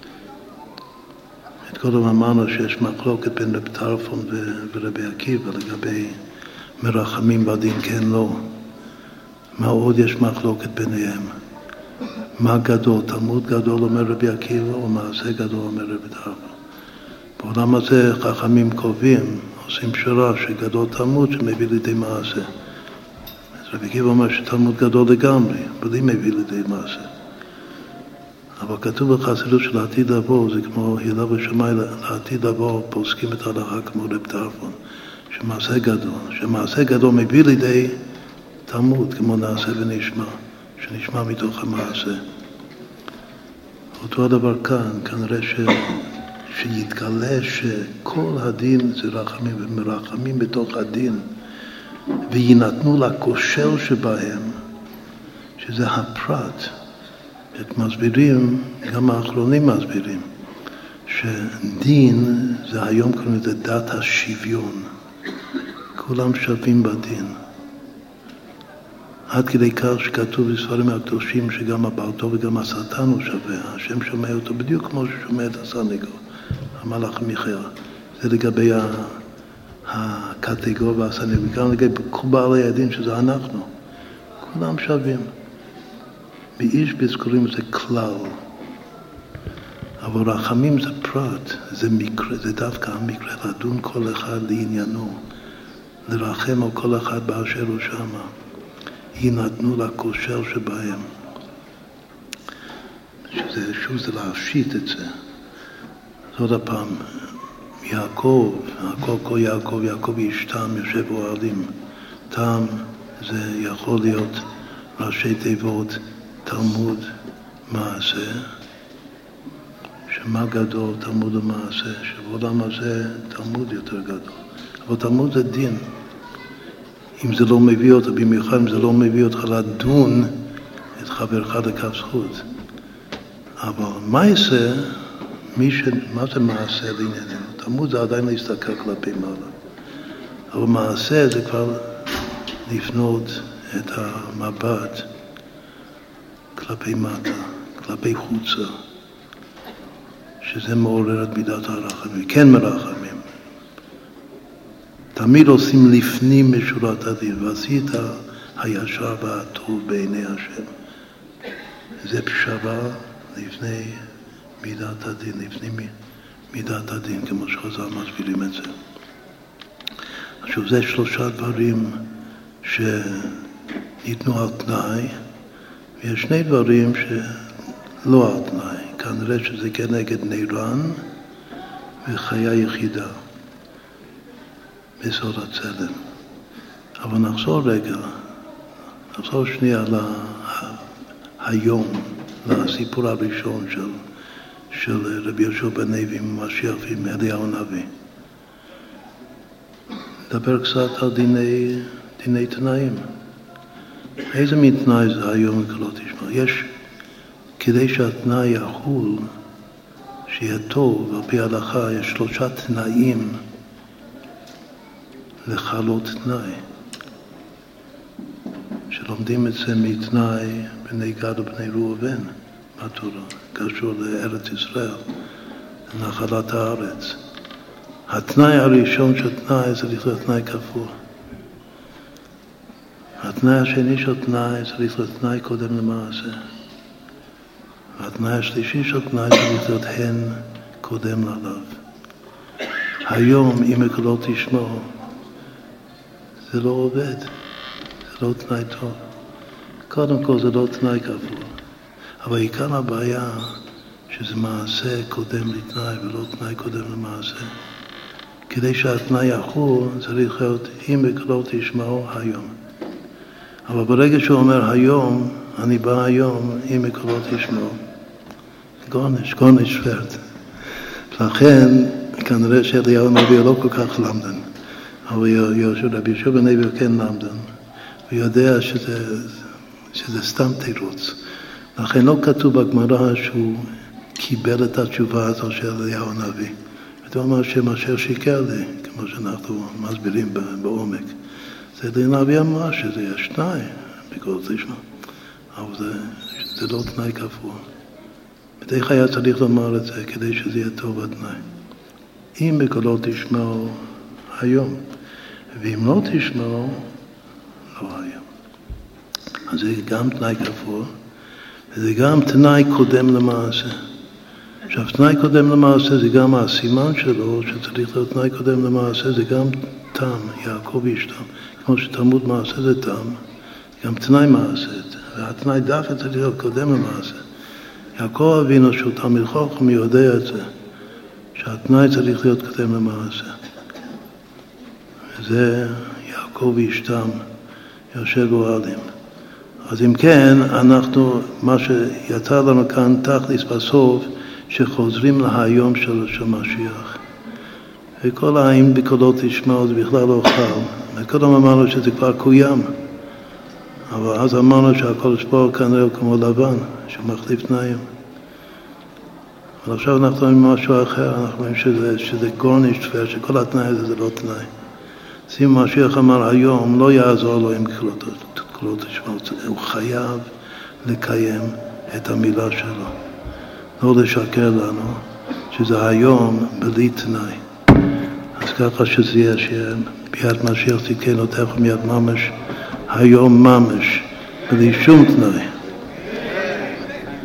את קודם אמרנו שיש מחלוקת בין רב טרפון ורבי עקיבא לגבי מרחמים בדין כן לא. מה עוד יש מחלוקת ביניהם? מה גדול? תלמוד גדול אומר רבי עקיבא או מעשה גדול אומר רבי טרפון? בעולם הזה חכמים קובעים, עושים פשרה שגדול תלמוד שמביא לידי מעשה. אז רבי עקיבא אומר שתלמוד גדול לגמרי, בלי מביא לידי מעשה. אבל כתוב בחסידות של העתיד לבוא, זה כמו הילה ושמאי, לעתיד לבוא פוסקים את ההלכה כמו רב טרפון, שמעשה גדול מביא לידי תלמוד, כמו נעשה ונשמע, שנשמע מתוך המעשה. אותו הדבר כאן, כנראה שיתגלה שכל הדין זה רחמים ומרחמים בתוך הדין, וינתנו לכושל שבהם, שזה הפרט. את מסבירים, גם האחרונים מסבירים, שדין זה היום קוראים לזה דת השוויון. כולם שווים בדין. עד כדי כך שכתוב בספרים הקדושים שגם הבעל טוב וגם השטן הוא שווה. השם שומע אותו בדיוק כמו ששומע את הסנגור, המלאך מיכאל. זה לגבי הקטגור והסנגור. וגם לגבי כל בעלי הדין שזה אנחנו. כולם שווים. באיש בזכורים זה כלל. אבל רחמים זה פרט, זה מקרה, זה דווקא המקרה, לדון כל אחד לעניינו, לרחם על כל אחד באשר הוא שמה. יינתנו לכושל שבהם. שזה, שוב זה להפשיט את זה. אז עוד הפעם, יעקב, כל יעקב, יעקב איש תם, יושב אוהלים. תם זה יכול להיות ראשי תיבות, תלמוד מעשה, שמה גדול תלמוד ומעשה, שבעולם הזה תלמוד יותר גדול. אבל תלמוד זה דין. אם זה לא מביא אותך, במיוחד אם זה לא מביא אותך לדון את חברך לכף זכות. אבל מעשה, מה זה מעשה לענייננו? תלמוד זה עדיין להסתכל כלפי מעלה. אבל מעשה זה כבר לפנות את המבט כלפי מטה, כלפי חוצה, שזה מעורר את מידת הרחמים, כן מרחמים. תמיד עושים לפנים משורת הדין, ועשית הישר והטוב בעיני השם. זה פשרה לפני מידת הדין, לפני מידת הדין, כמו שחז"ל מסבירים את זה. עכשיו, זה 3 דברים שניתנו על תנאי, ויש 2 דברים שלא על תנאי. כנראה שזה כנגד נירן וחיה יחידה בסוד הצלם. אבל נחזור שנייה היום, לסיפור הראשון של רבי יהושע בן לוי ממשיח ועם אליהו הנביא. נדבר קצת על דיני תנאים. איזה מין תנאי זה היום וכלא תשמע? יש, כדי שהתנאי יחול, שיהיה טוב, על פי ההלכה, יש 3 תנאים לחלות תנאי. שלומדים את זה מתנאי בני גד ובני ראובן, בתורה, קשור לארץ ישראל, לנחלת הארץ. התנאי הראשון של תנאי זה לכתוב תנאי כפול. והתנאי השני של תנאי צריך להיות תנאי קודם למעשה. והתנאי השלישי של תנאי צריך להיות הן קודם ללאו. היום אם לא תשמעו, זה לא עובד, זה לא תנאי טוב. קודם כל זה לא תנאי כפול. אבל עיקר הבעיה שזה מעשה קודם לתנאי ולא תנאי קודם למעשה. כדי שהתנאי יחול צריך להיות אם לא תשמעו היום. אבל ברגע שהוא אומר היום, אני בא היום אם לא תשמעו. גורניש פרד. לכן כנראה שאליהו הנביא לא כל כך למדן. אבל רבי יהושע בן לוי כן למדן. הוא יודע שזה סתם תירוץ. לכן לא כתוב בגמרא שהוא קיבל את התשובה הזו של אליהו הנביא. הוא אומר שמאשר שיקר לי, כמו שאנחנו מסבירים בעומק. זה לנביא אמר שזה יש תנאי, בכל תשמע. אבל זה לא תנאי כפול. בדרך היה צריך לומר את זה כדי שזה יהיה טוב התנאי. אם בקולו תשמעו היום, ואם לא תשמעו, לא היום. אז זה גם תנאי כפול, וזה גם תנאי קודם למעשה. עכשיו, תנאי קודם למעשה זה גם הסימן שלו, שצריך להיות תנאי קודם למעשה, זה גם תם, יעקב ישתם. כמו שתלמוד מעשה זה תם, גם תנאי מעשה. והתנאי דווקא צריך להיות קודם למעשה. יעקב אבינו שהוא תלמיד חכם יודע את זה, שהתנאי צריך להיות קודם למעשה. וזה יעקב ישתם, יושב אוהלים. אז אם כן, אנחנו, מה שיצא לנו כאן תכליס בסוף, שחוזרים להיום של משיח. וכל האם בקולו תשמעו זה בכלל לא חל. וקודם אמרנו שזה כבר קוים. אבל אז אמרנו שהקדוש ברוך הוא כנראה הוא כמו לבן, שהוא מחליף תנאים. אבל עכשיו אנחנו רואים משהו אחר, אנחנו רואים שזה גורניש תפאר, שכל התנאי הזה זה לא תנאי. אז אם משיח אמר היום, לא יעזור לו עם קולו תשמעו. הוא חייב לקיים את המילה שלו. לא לשקר לנו, שזה היום בלי תנאי. אז ככה שזה יהיה שביד משיח תיקן אותך מיד ממש, היום ממש, בלי שום תנאי.